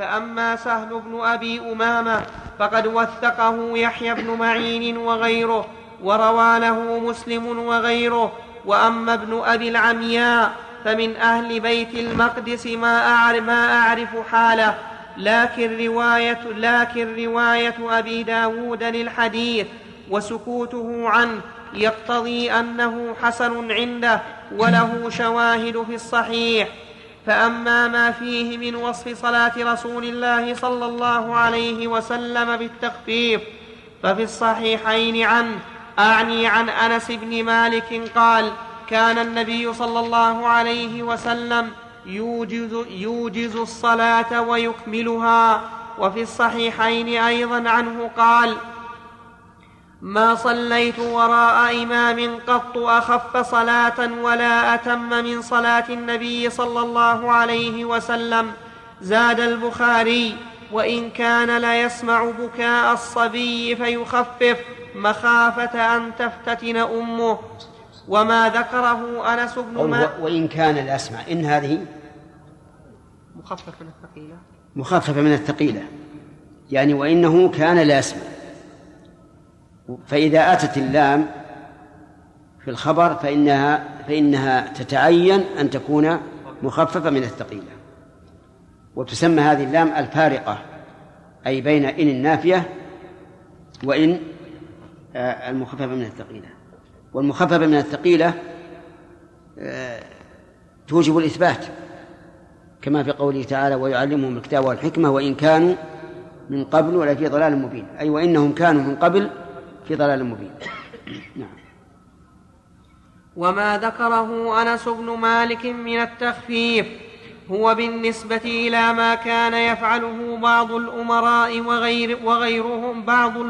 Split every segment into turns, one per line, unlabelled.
فأما سهل بن أبي أمامة فقد وثقه يحيى بن معين وغيره، وروى له مسلم وغيره. وأما ابن أبي العمياء فمن أهل بيت المقدس ما أعرف حاله، لكن رواية أبي داود للحديث وسكوته عنه يقتضي أنه حسن عنده وله شواهد في الصحيح. فأما ما فيه من وصف صلاة رسول الله صلى الله عليه وسلم بالتخفيف ففي الصحيحين عنه، أعني عن أنس بن مالك قال: كان النبي صلى الله عليه وسلم يوجز الصلاة ويكملها. وفي الصحيحين أيضا عنه قال: ما صليت وراء إمام قط أخف صلاة ولا أتم من صلاة النبي صلى الله عليه وسلم. زاد البخاري: وإن كان ليسمع بكاء الصبي فيخفف مخافة أن تفتتن أمه. وما ذكره أنس بن مالك.
وإن كان ليسمع، إن هذه مخففة من الثقيلة، يعني وإنه كان ليسمع. فإذا أتت اللام في الخبر فإنها تتعين أن تكون مخففة من الثقيلة، وتسمى هذه اللام الفارقة، أي بين إن النافية وإن المخففة من الثقيلة. والمخففة من الثقيلة توجب الإثبات، كما في قوله تعالى: ويعلمهم الكتاب والحكمة وإن كانوا من قبل لفي ضلال مبين، أي وإنهم كانوا من قبل في ضلال مبين. نعم.
وما ذكره أنس بن مالك من التخفيف هو بالنسبة إلى ما كان يفعله بعض الأمراء وغيرهم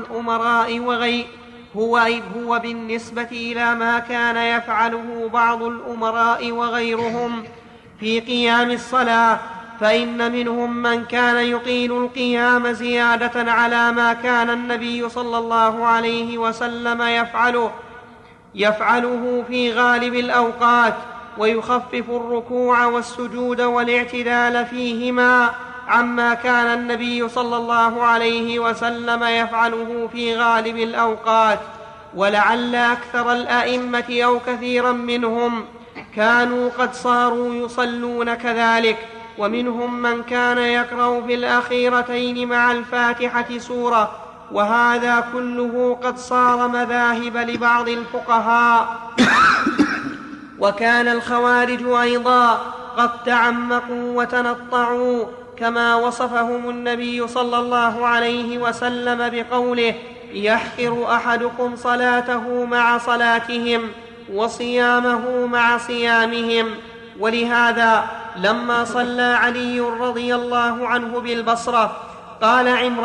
هو بالنسبة إلى ما كان يفعله بعض الأمراء وغيرهم في قيام الصلاة، فإن منهم من كان يطيل القيام زيادة على ما كان النبي صلى الله عليه وسلم يفعله في غالب الأوقات، ويخفف الركوع والسجود والاعتدال فيهما عما كان النبي صلى الله عليه وسلم يفعله في غالب الأوقات. ولعل أكثر الأئمة أو كثيرا منهم كانوا قد صاروا يصلون كذلك، ومنهم من كان يقرأ في الأخيرتين مع الفاتحة سورة، وهذا كله قد صار مذاهب لبعض الفقهاء. وكان الخوارج أيضا قد تعمقوا وتنطعوا، كما وصفهم النبي صلى الله عليه وسلم بقوله: يحقر أحدكم صلاته مع صلاتهم وصيامه مع صيامهم. ولهذا لما صلى علي رضي الله عنه بالبصرة قال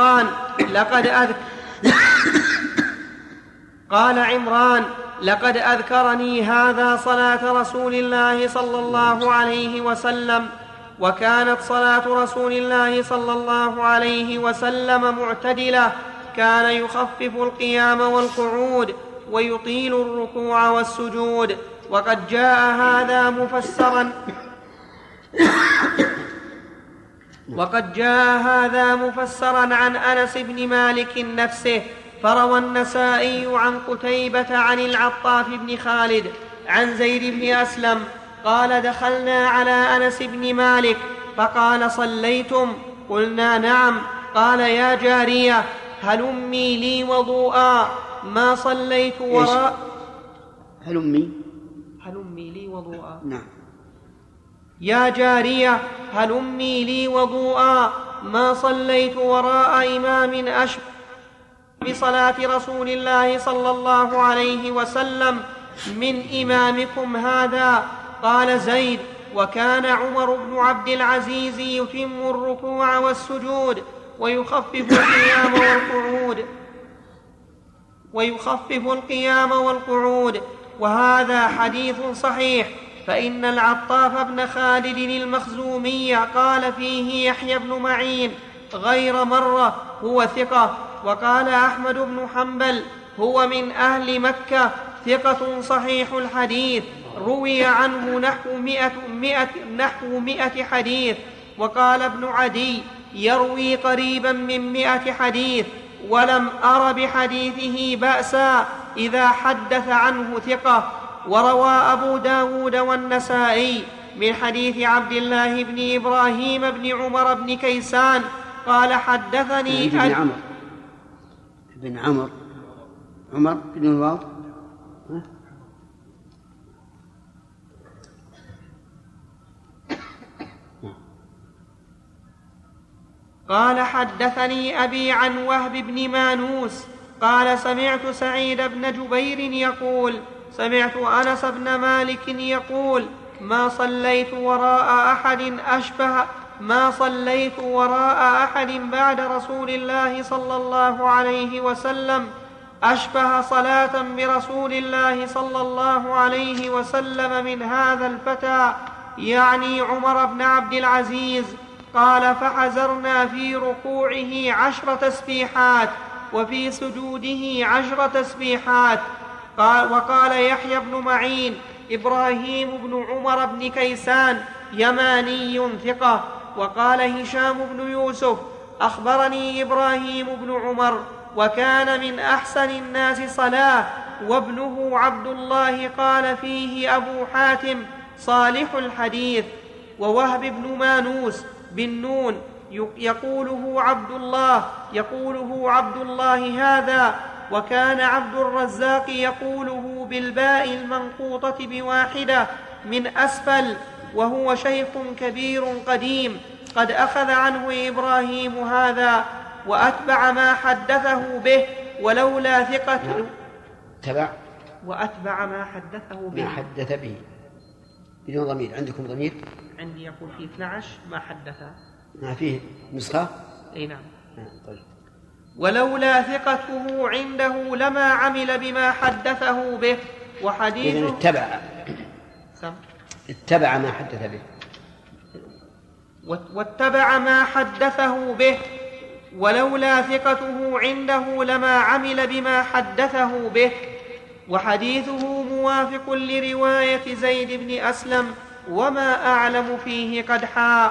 عمران: لقد أذكرني هذا صلاة رسول الله صلى الله عليه وسلم. وكانت صلاة رسول الله صلى الله عليه وسلم معتدلة، كان يخفف القيام والقعود ويطيل الركوع والسجود. وقد جاء هذا مفسرا عن أنس بن مالك نفسه. فروى النسائي عن قتيبة عن العطاف بن خالد عن زيد بن أسلم قال: دخلنا على أنس بن مالك فقال: صليتم؟ قلنا: نعم. قال: يا جارية هلمي لي وضوءا ما صليت وراء
هلمي
لي وضوءا.
نعم.
يا جارية هلمي لي وضوءا ما صليت وراء إمام أشبه بصلاة رسول الله صلى الله عليه وسلم من إمامكم هذا. قال زيد: وكان عمر بن عبد العزيز يتم الركوع والسجود ويخفف القيام والقعود. وهذا حديث صحيح. فإن العطاف بن خالد المخزومي قال فيه يحيى بن معين غير مرة هو ثقة. وقال أحمد بن حنبل هو من أهل مكة ثقة صحيح الحديث، روي عنه نحو 100 حديث. وقال ابن عدي يروي قريبا من 100 حديث، ولم أر بحديثه بأسا إذا حدث عنه ثقة. وروى أبو داود والنسائي من حديث عبد الله بن إبراهيم بن عمر بن كيسان قال حدثني
بن عمر بن الواض
قال حدثني أبي عن وهب بن مانوس قال سمعت سعيد بن جبير يقول سمعت أنس بن مالك يقول ما صليت وراء أحد بعد رسول الله صلى الله عليه وسلم أشبه صلاة برسول الله صلى الله عليه وسلم من هذا الفتى، يعني عمر بن عبد العزيز. قال فحزرنا في ركوعه 10 تسبيحات وفي سجوده 10 تسبيحات. وقال يحيى بن معين إبراهيم بن عمر بن كيسان يماني ثقة. وقال هشام بن يوسف أخبرني إبراهيم بن عمر وكان من أحسن الناس صلاة، وابنه عبد الله قال فيه أبو حاتم صالح الحديث. ووهب بن مانوس بالنون يقوله عبد الله هذا، وكان عبد الرزاق يقوله بالباء المنقوطة بواحدة من أسفل، وهو شيخ كبير قديم قد أخذ عنه إبراهيم هذا وأتبع ما حدثه به، ولولا ثقة وأتبع ما حدثه به
ما حدث به بدون ضمير. عندكم ضمير؟
عندي يقول في 12 ما حدث.
ما فيه نسخة؟
أي نعم.
طيب.
ولولا ثقته عنده لما عمل بما حدثه به. وحديثه
إذن اتبع ما حدث به.
واتبع ما حدثه به. ولولا ثقته عنده لما عمل بما حدثه به. وحديثه موافق لرواية زيد بن أسلم وما أعلم فيه قدحا.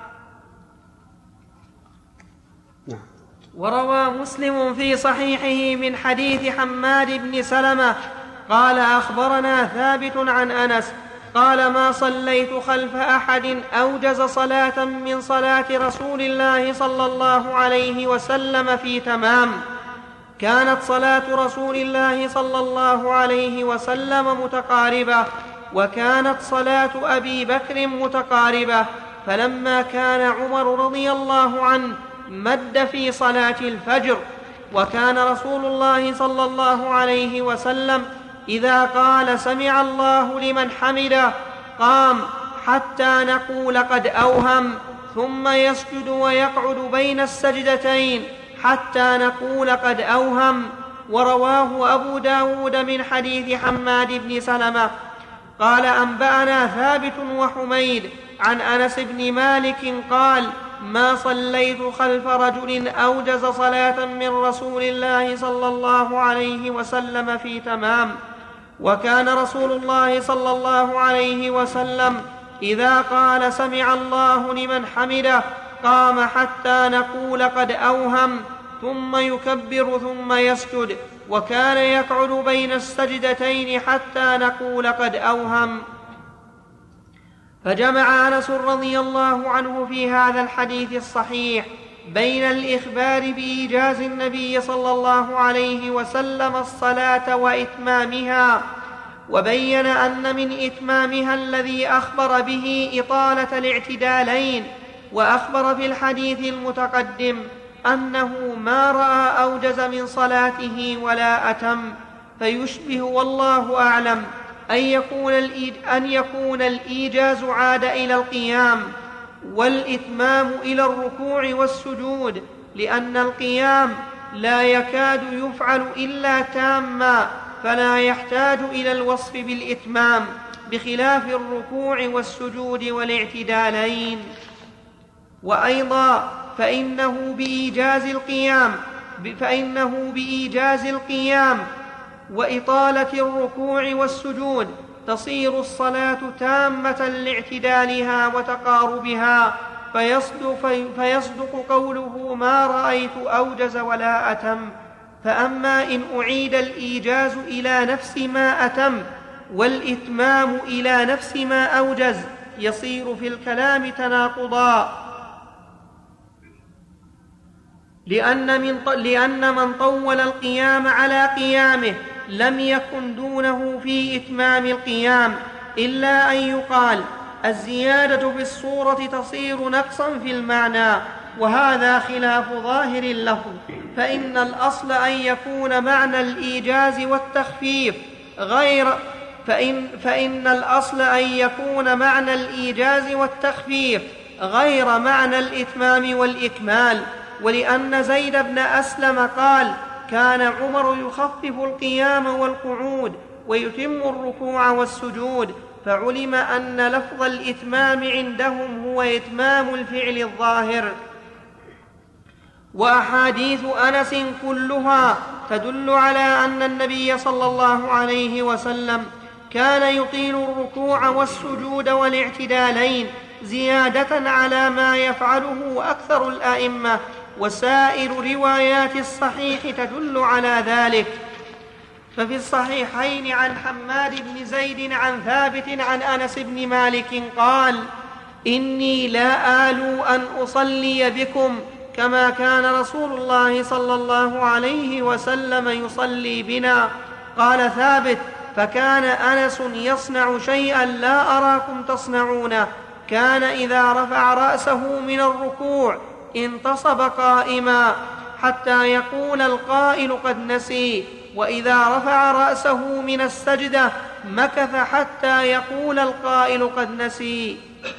وروى مسلم في صحيحه من حديث حماد بن سلمة قال أخبرنا ثابت عن أنس قال ما صليت خلف أحد أوجز صلاة من صلاة رسول الله صلى الله عليه وسلم في تمام. كانت صلاة رسول الله صلى الله عليه وسلم متقاربة، وكانت صلاة أبي بكر متقاربة، فلما كان عمر رضي الله عنه مد في صلاة الفجر. وكان رسول الله صلى الله عليه وسلم إذا قال سمع الله لمن حمده قام حتى نقول قد أوهم، ثم يسجد ويقعد بين السجدتين حتى نقول قد أوهم. ورواه أبو داود من حديث حماد بن سلمة قال أنبأنا ثابت وحميد عن أنس بن مالك قال ما صليت خلف رجل أوجز صلاة من رسول الله صلى الله عليه وسلم في تمام. وكان رسول الله صلى الله عليه وسلم إذا قال سمع الله لمن حمده قام حتى نقول قد أوهم، ثم يكبر ثم يسجد، وكان يقعد بين السجدتين حتى نقول قد أوهم. فجمع أنس رضي الله عنه في هذا الحديث الصحيح بين الإخبار بإيجاز النبي صلى الله عليه وسلم الصلاة وإتمامها، وبين أن من إتمامها الذي أخبر به إطالة الاعتدالين. وأخبر في الحديث المتقدم أنه ما رأى أوجز من صلاته ولا أتم، فيشبه والله أعلم أن يكون الإيجاز عاد إلى القيام والإتمام إلى الركوع والسجود، لأن القيام لا يكاد يفعل إلا تاما، فلا يحتاج إلى الوصف بالإتمام، بخلاف الركوع والسجود والاعتدالين. وأيضا فإنه بإيجاز القيام وإطالة الركوع والسجود تصير الصلاة تامة لاعتدالها وتقاربها، فيصدق قوله ما رأيت أوجز ولا أتم. فأما إن أعيد الإيجاز إلى نفس ما أتم والإتمام إلى نفس ما أوجز يصير في الكلام تناقضا، لأن من طول القيام على قيامه لم يكن دونه في إتمام القيام، إلا أن يقال الزيادة في الصورة تصير نقصا في المعنى، وهذا خلاف ظاهر اللفظ، فإن الأصل أن يكون معنى الإيجاز والتخفيف غير معنى الإتمام والإكمال. ولأن زيد بن أسلم قال كان عمر يخفف القيام والقعود ويتم الركوع والسجود، فعلم أن لفظ الإتمام عندهم هو إتمام الفعل الظاهر. وأحاديث أنس كلها تدل على أن النبي صلى الله عليه وسلم كان يطيل الركوع والسجود والاعتدالين زيادة على ما يفعله أكثر الأئمة، وسائر روايات الصحيح تدل على ذلك. ففي الصحيحين عن حماد بن زيد عن ثابت عن أنس بن مالك قال إني لا آلو أن أصلي بكم كما كان رسول الله صلى الله عليه وسلم يصلي بنا. قال ثابت فكان أنس يصنع شيئا لا أراكم تصنعونه، كان إذا رفع رأسه من الركوع انتصب قائما حتى يقول القائل قد نسي، وإذا رفع رأسه من السجدة مكث حتى يقول القائل قد نسي.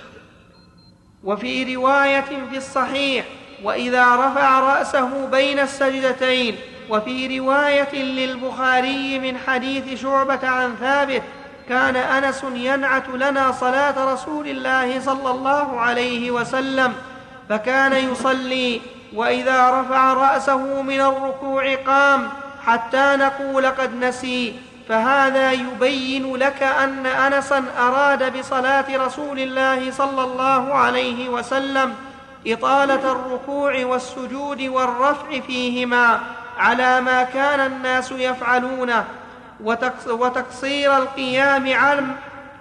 وفي رواية في الصحيح وإذا رفع رأسه بين السجدتين. وفي رواية للبخاري من حديث شعبة عن ثابت كان أنس ينعت لنا صلاة رسول الله صلى الله عليه وسلم، فكان يصلي وإذا رفع رأسه من الركوع قام حتى نقول قد نسي. فهذا يبين لك أن أنسا أراد بصلاة رسول الله صلى الله عليه وسلم إطالة الركوع والسجود والرفع فيهما على ما كان الناس يفعلونه، وتقصير القيام عن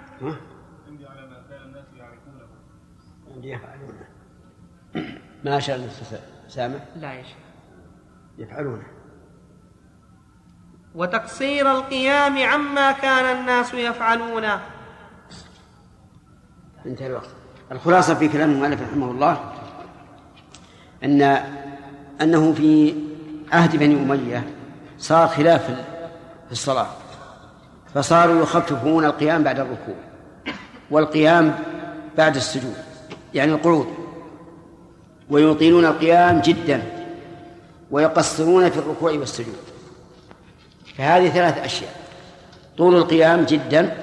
ما شاء الله سامع
لا يا شيخ
يفعلونه،
وتقصير القيام عما كان الناس يفعلونه.
انتهى الوقت. الخلاصة في كلام المؤلف رحمه الله أنه في عهد بني أمية صار خلاف في الصلاة، فصاروا يخففون القيام بعد الركوع والقيام بعد السجود، يعني القعود، ويطيلون القيام جدا ويقصرون في الركوع والسجود. فهذه ثلاث أشياء: طول القيام جدا،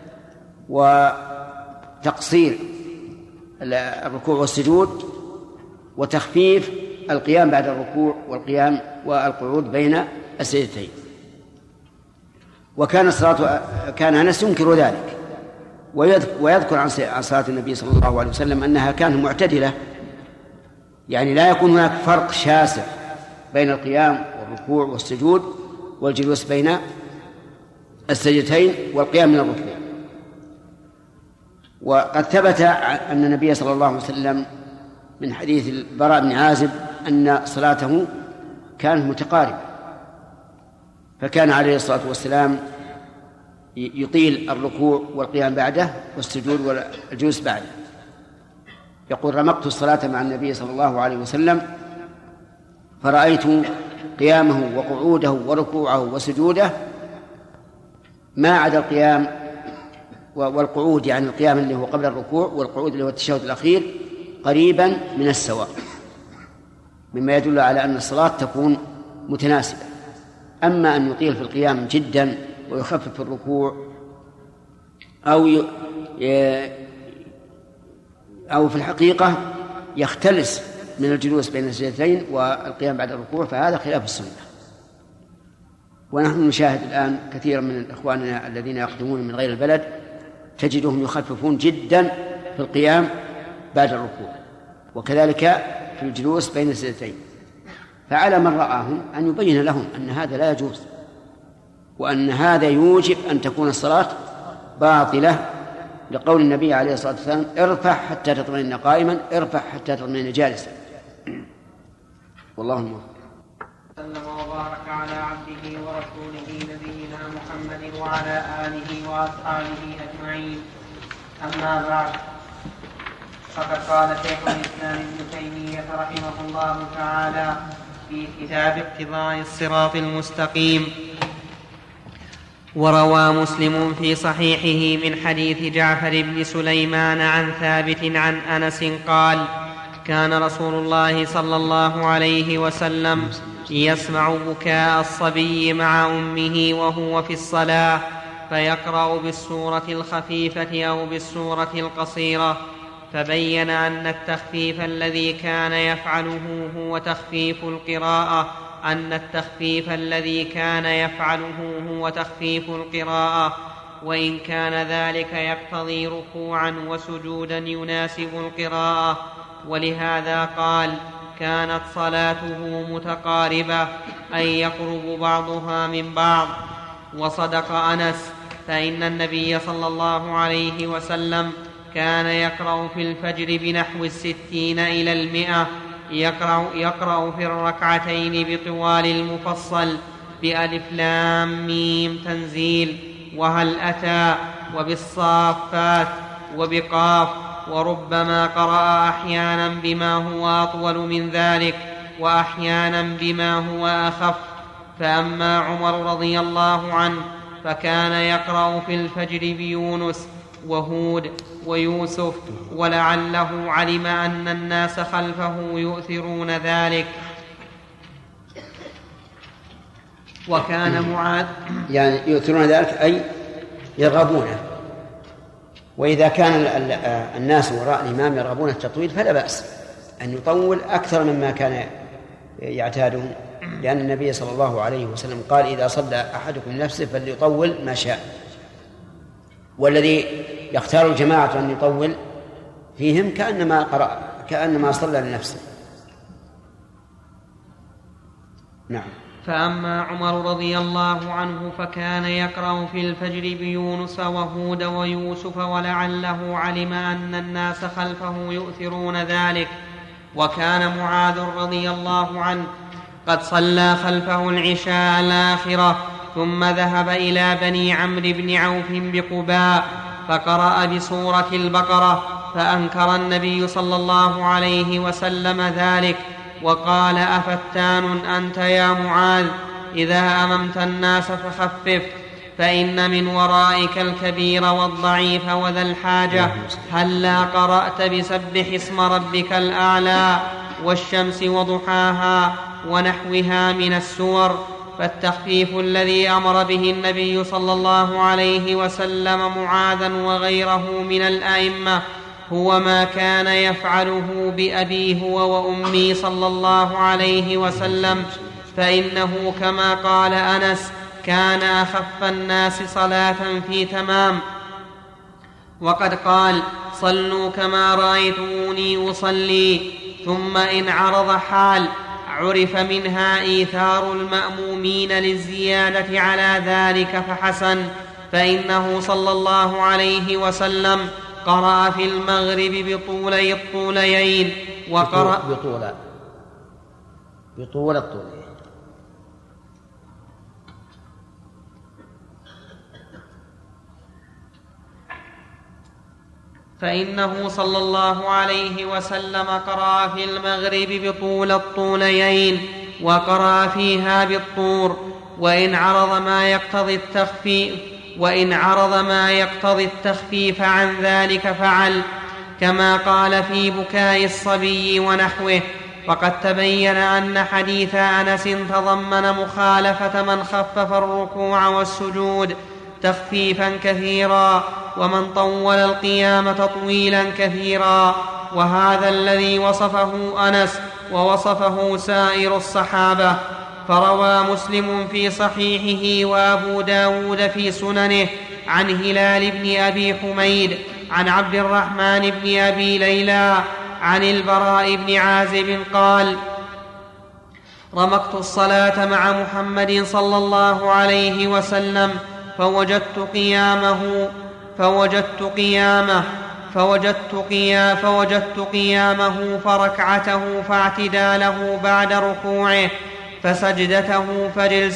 وتقصير الركوع والسجود، وتخفيف القيام بعد الركوع والقيام والقعود بين السجدتين. كان أنس ينكر ذلك ويذكر عن صلاة النبي صلى الله عليه وسلم أنها كانت معتدلة، يعني لا يكون هناك فرق شاسع بين القيام والركوع والسجود والجلوس بين السجدتين والقيام من الركوع. وقد ثبت أن النبي صلى الله عليه وسلم من حديث البراء بن عازب أن صلاته كانت متقاربة، فكان عليه الصلاة والسلام يطيل الركوع والقيام بعده والسجود والجلوس بعده. يقول: رمقت الصلاة مع النبي صلى الله عليه وسلم فرأيت قيامه وقعوده وركوعه وسجوده ما عدا القيام والقعود، يعني القيام اللي هو قبل الركوع والقعود اللي هو التشهد الأخير، قريبا من السواء، مما يدل على أن الصلاة تكون متناسبة. أما أن يطيل في القيام جدا ويخفف في الركوع أو في الحقيقة يختلس من الجلوس بين السجدتين والقيام بعد الركوع، فهذا خلاف السنة. ونحن نشاهد الآن كثيرا من إخواننا الذين يقدمون من غير البلد تجدهم يخففون جدا في القيام بعد الركوع، وكذلك في الجلوس بين السجدتين. فعلى من رآهم أن يبين لهم أن هذا لا يجوز، وأن هذا يوجب أن تكون الصلاة باطلة، لقول النبي عليه الصلاة والسلام: ارفع حتى تطمئن قائما، ارفع حتى تطمئن جالسا. والله الموفق.
وسلم وبارك على عبده ورسوله نبينا محمد وعلى آله وأصحابه أجمعين. أما بعد، فقد قال شيخ الإسلام ابن تيمية رحمه الله تعالى في كتاب اقتضاء الصراط المستقيم: وروى مسلم في صحيحه من حديث جعفر بن سليمان عن ثابت عن أنس قال: كان رسول الله صلى الله عليه وسلم يسمع بكاء الصبي مع أمه وهو في الصلاة، فيقرأ بالسورة الخفيفة أو بالسورة القصيرة، فبين أن التخفيف الذي كان يفعله هو تخفيف القراءة، وإن كان ذلك يقتضي ركوعا وسجودا يناسب القراءة، ولهذا قال: كانت صلاته متقاربة، أي يقرب بعضها من بعض. وصدق أنس، فإن النبي صلى الله عليه وسلم كان يقرأ في الفجر بنحو 60 إلى 100، يقرأ في الركعتين بطوال المفصل بألف لام ميم تنزيل، وهل أتى، وبالصافات، وبقاف، وربما قرأ أحيانا بما هو أطول من ذلك وأحيانا بما هو أخف. فأما عمر رضي الله عنه فكان يقرأ في الفجر بيونس وهود ويوسف، ولعله علم أن الناس خلفه يؤثرون ذلك. وكان معاذ
يعني يؤثرون ذلك أي يرغبونه، وإذا كان الناس وراء الإمام يرغبون التطويل فلا بأس أن يطول أكثر مما كان يعتاده، لأن النبي صلى الله عليه وسلم قال: إذا صلى أحدكم نفسه فليطول ما شاء. والذي يختار الجماعة أن يطول فيهم كأنما صلى لنفسه. نعم.
فأما عمر رضي الله عنه فكان يقرأ في الفجر بيونس وهود ويوسف، ولعله علم أن الناس خلفه يؤثرون ذلك. وكان معاذ رضي الله عنه قد صلى خلفه العشاء الآخرة، ثم ذهب إلى بني عمرو بن عوف بقباء فقرأ بسورة البقرة، فأنكر النبي صلى الله عليه وسلم ذلك وقال: أفتان أنت يا معاذ؟ إذا أممت الناس فخفف، فإن من ورائك الكبير والضعيف وذا الحاجة. هلا قرأت بسبح اسم ربك الأعلى والشمس وضحاها ونحوها من السور. فالتخفيف الذي أمر به النبي صلى الله عليه وسلم معاذا وغيره من الأئمة هو ما كان يفعله بأبي هو وأمي صلى الله عليه وسلم، فإنه كما قال أنس: كان أخف الناس صلاة في تمام. وقد قال: صلوا كما رأيتموني أصلي. ثم إن عرض حال عرف منها إيثار المأمومين للزيادة على ذلك فحسن، فإنه صلى الله عليه وسلم قرأ في المغرب بطولي الطوليين وقرأ
بطول الطوليين.
فإنه صلى الله عليه وسلم قرأ في المغرب بطول الطوليين وقرأ فيها بالطور، وإن عرض ما يقتضي التخفيف عن ذلك فعل، كما قال في بكاء الصبي ونحوه. فقد تبين أن حديث أنس تضمن مخالفة من خفف الركوع والسجود تخفيفا كثيرا، ومن طول القيام تطويلا كثيرا، وهذا الذي وصفه أنس ووصفه سائر الصحابة. فروى مسلم في صحيحه وأبو داود في سننه عن هلال بن أبي حميد عن عبد الرحمن بن أبي ليلى عن البراء بن عازب قال: رمقت الصلاة مع محمد صلى الله عليه وسلم فوجدت قيامه فركعته فاعتداله بعد ركوعه فسجدته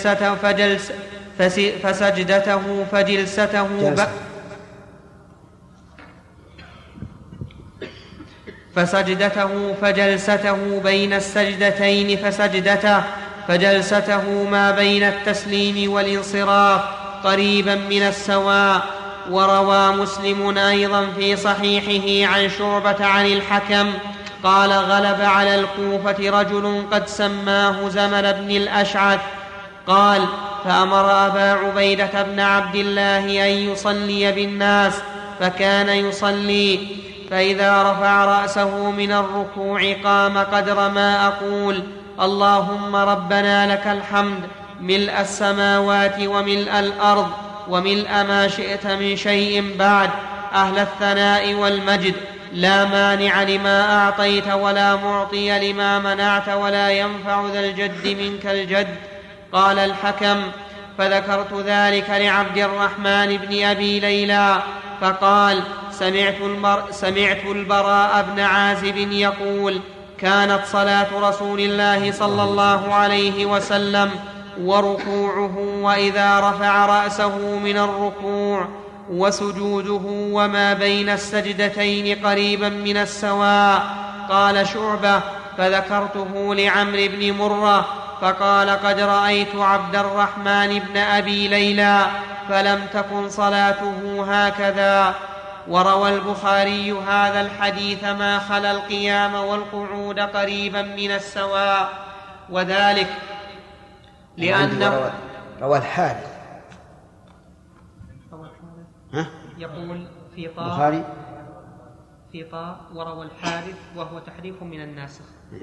فجلسته بين السجدتين فجلسته ما بين التسليم والانصراف قريبا من السواء. وروى مسلم أيضا في صحيحه عن شعبة عن الحكم قال: غلب على الكوفة رجل قد سماه زمن بن الأشعث قال: فأمر أبا عبيدة بن عبد الله أن يصلي بالناس فكان يصلي، فإذا رفع رأسه من الركوع قام قدر ما أقول: اللهم ربنا لك الحمد ملء السماوات وملء الأرض وملء ما شئت من شيء بعد، أهل الثناء والمجد، لا مانع لما أعطيت ولا معطي لما منعت ولا ينفع ذا الجد منك الجد. قال الحكم: فذكرت ذلك لعبد الرحمن بن أبي ليلى فقال: سمعت البراء بن عازب يقول: كانت صلاة رسول الله صلى الله عليه وسلم وركوعه وإذا رفع رأسه من الركوع وسجوده وما بين السجدتين قريبا من السواء. قال شعبة: فذكرته لعمرو بن مرة فقال: قد رأيت عبد الرحمن بن أبي ليلى فلم تكن صلاته هكذا. وروى البخاري هذا الحديث ما خلا القيام والقعود قريبا من السواء، وذلك لأنه
روى الحارث
يقول في طاء وروى الحارث وهو تحريف من الناسخ.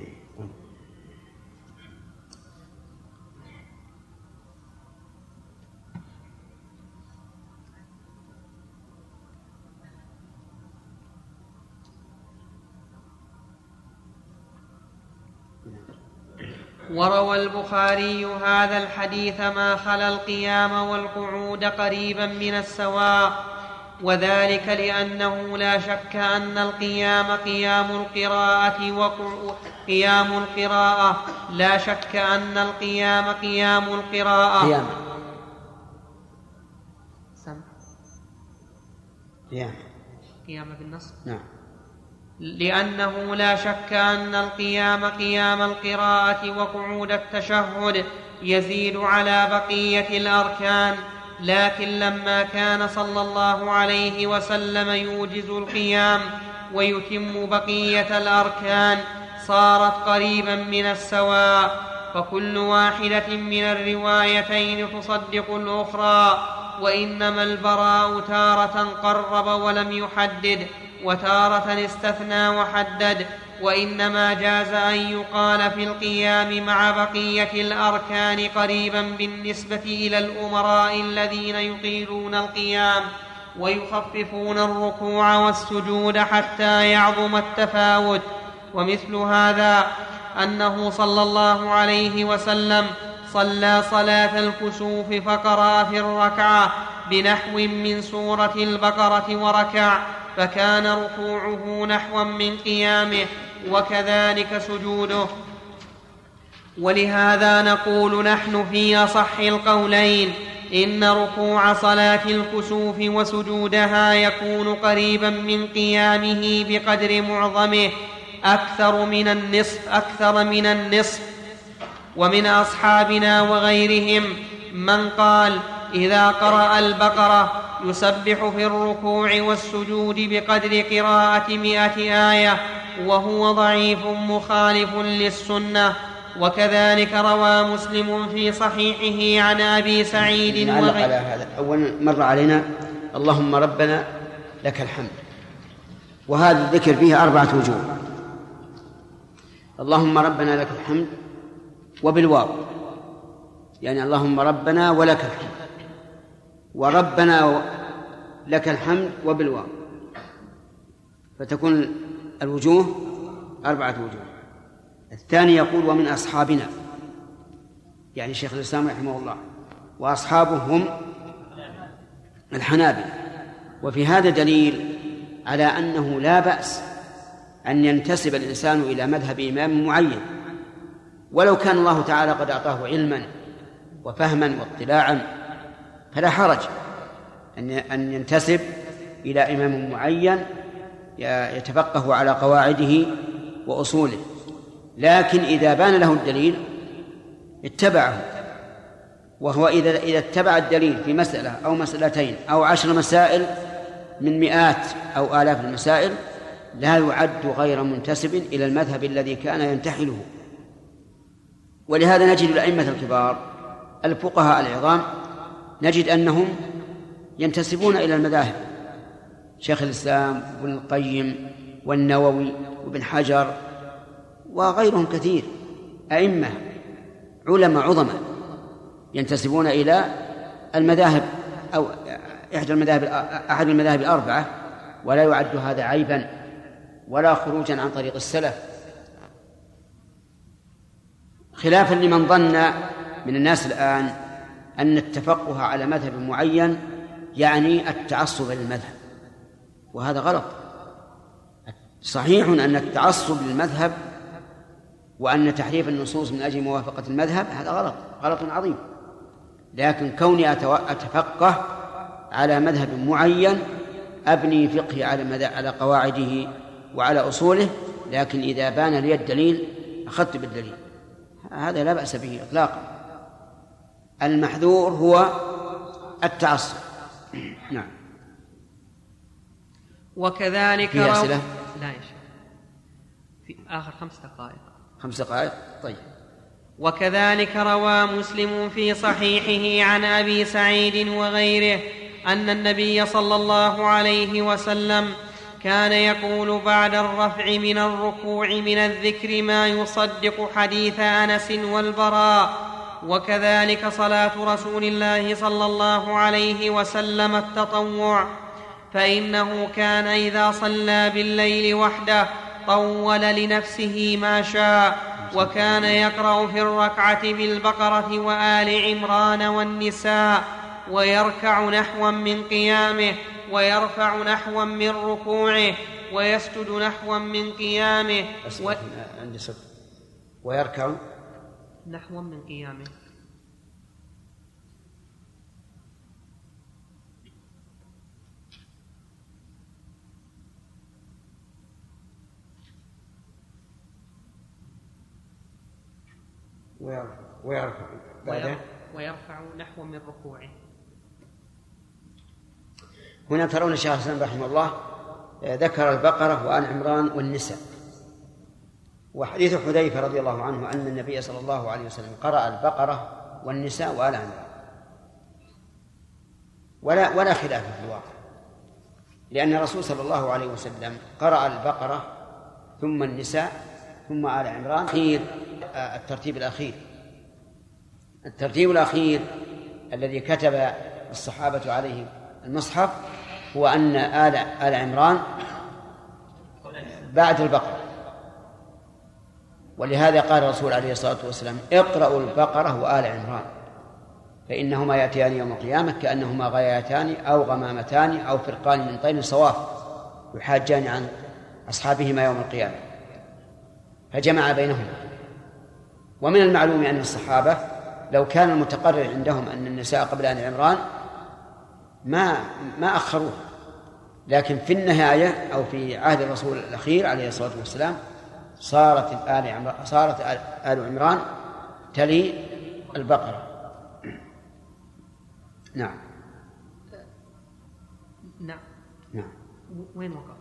وروى البخاري هذا الحديث ما خلا القيام والقعود قريبا من السواء، وذلك لأنه لا شك أن القيام قيام القراءة لا شك أن القيام قيام القراءة قيام بالنصب.
نعم.
لأنه لا شك أن القيام قيام القراءة وقعود التشهد يزيد على بقية الأركان، لكن لما كان صلى الله عليه وسلم يوجز القيام ويتم بقية الأركان صارت قريبا من السواء، فكل واحدة من الروايتين تصدق الأخرى. وإنما البراء تارة قرب ولم يحدد، وتارة استثنى وحدد، وإنما جاز أن يقال في القيام مع بقية الأركان قريبا بالنسبة إلى الأمراء الذين يطيلون القيام ويخففون الركوع والسجود حتى يعظم التفاوت. ومثل هذا أنه صلى الله عليه وسلم صلى صلاة الكسوف فقرأ في الركعة بنحو من سورة البقرة وركع، فكان ركوعه نحوا من قيامه وكذلك سجوده. ولهذا نقول نحن في أصح القولين إن ركوع صلاة الكسوف وسجودها يكون قريبا من قيامه بقدر معظمه أكثر من النصف. ومن أصحابنا وغيرهم من قال إذا قرأ البقرة يسبح في الركوع والسجود بقدر قراءة 100 آية، وهو ضعيف مخالف للسنة. وكذلك روى مسلم في صحيحه عن أبي سعيد
على هذا أولا مر علينا اللهم ربنا لك الحمد، وهذا الذكر فيه 4 وجوه. اللهم ربنا لك الحمد وبالواو، يعني اللهم ربنا ولك الحمد، وربنا لك الحمد وبالواو، فتكون الوجوه 4 وجوه. الثاني يقول ومن أصحابنا، يعني شيخ الإسلام رحمه الله، وأصحابه هم الحنابلة. وفي هذا دليل على أنه لا بأس أن ينتسب الإنسان إلى مذهب إمام معين، ولو كان الله تعالى قد أعطاه علما وفهما واطلاعا، فلا حرج أن ينتسب إلى إمام معين يتفقه على قواعده وأصوله. لكن إذا بان له الدليل اتبعه، وهو إذا اتبع الدليل في مسألة أو مسألتين أو 10 مسائل من مئات أو آلاف المسائل لا يعد غير منتسب إلى المذهب الذي كان ينتحله. ولهذا نجد الأئمة الكبار الفقهاء العظام نجد أنهم ينتسبون إلى المذاهب، شيخ الإسلام وابن القيم والنووي وابن حجر وغيرهم كثير، أئمة علماء عظماء ينتسبون إلى المذاهب أو أحد المذاهب ال4، ولا يعد هذا عيبا ولا خروجا عن طريق السلف، خلافا لمن ظن من الناس الآن أن التفقه على مذهب معين يعني التعصب للمذهب، وهذا غلط. صحيح أن التعصب للمذهب وأن تحريف النصوص من أجل موافقة المذهب هذا غلط عظيم، لكن كوني أتفقه على مذهب معين أبني فقهي على قواعده وعلى أصوله، لكن إذا بان لي الدليل أخذت بالدليل، هذا لا بأس به إطلاقا. المحذور هو التعصب. نعم.
وكذلك
في أسئلة؟
لا يا شيخ، في آخر 5 دقائق.
5 دقائق، طيب.
وكذلك روى مسلم في صحيحه عن أبي سعيد وغيره أن النبي صلى الله عليه وسلم كان يقول بعد الرفع من الركوع من الذكر ما يصدق حديث أنس والبراء. وكذلك صلاة رسول الله صلى الله عليه وسلم التطوع، فإنه كان إذا صلى بالليل وحده طول لنفسه ما شاء، وكان يقرأ في الركعة بالبقرة وآل عمران والنساء، ويركع نحوا من قيامه، ويرفع نحوا من ركوعه، ويسجد نحوا من قيامه
ويركع
نحوا من قيامه. ويرفع نحو من ركوعه.
هنا ترون الشيخ الإسلام رحمه الله ذكر البقرة وآل عمران والنساء. وحديث حذيفة رضي الله عنه أن النبي صلى الله عليه وسلم قرأ البقرة والنساء وآل عمران، ولا خلاف في الواقع، لأن الرسول صلى الله عليه وسلم قرأ البقرة ثم النساء ثم آل عمران في الترتيب الأخير الذي كتب الصحابة عليه المصحف هو أن آل عمران بعد البقرة. ولهذا قال الرسول عليه الصلاة والسلام اقرأوا البقرة وآل عمران فإنهما يأتيان يوم القيامة كأنهما غايتان أو غمامتان أو فرقان من طير صواف يحاجان عن أصحابهما يوم القيامة، فجمع بينهما. ومن المعلوم أن الصحابة لو كان المتقرر عندهم أن النساء قبل آل عمران ما أخروه، لكن في النهاية أو في عهد الرسول الأخير عليه الصلاة والسلام صارت آل عمران تلي البقرة. نعم.
وين وقفت؟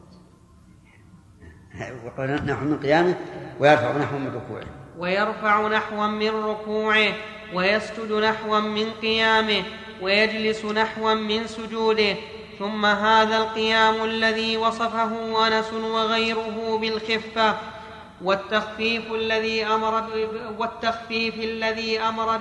نحو من قيامه ويرفع نحو من ركوعه،
ويرفع نحوا من ركوعه، ويسجد نحوا من قيامه، ويجلس نحوا من سجوده. ثم هذا القيام الذي وصفه أنس وغيره بالخفة والتخفيف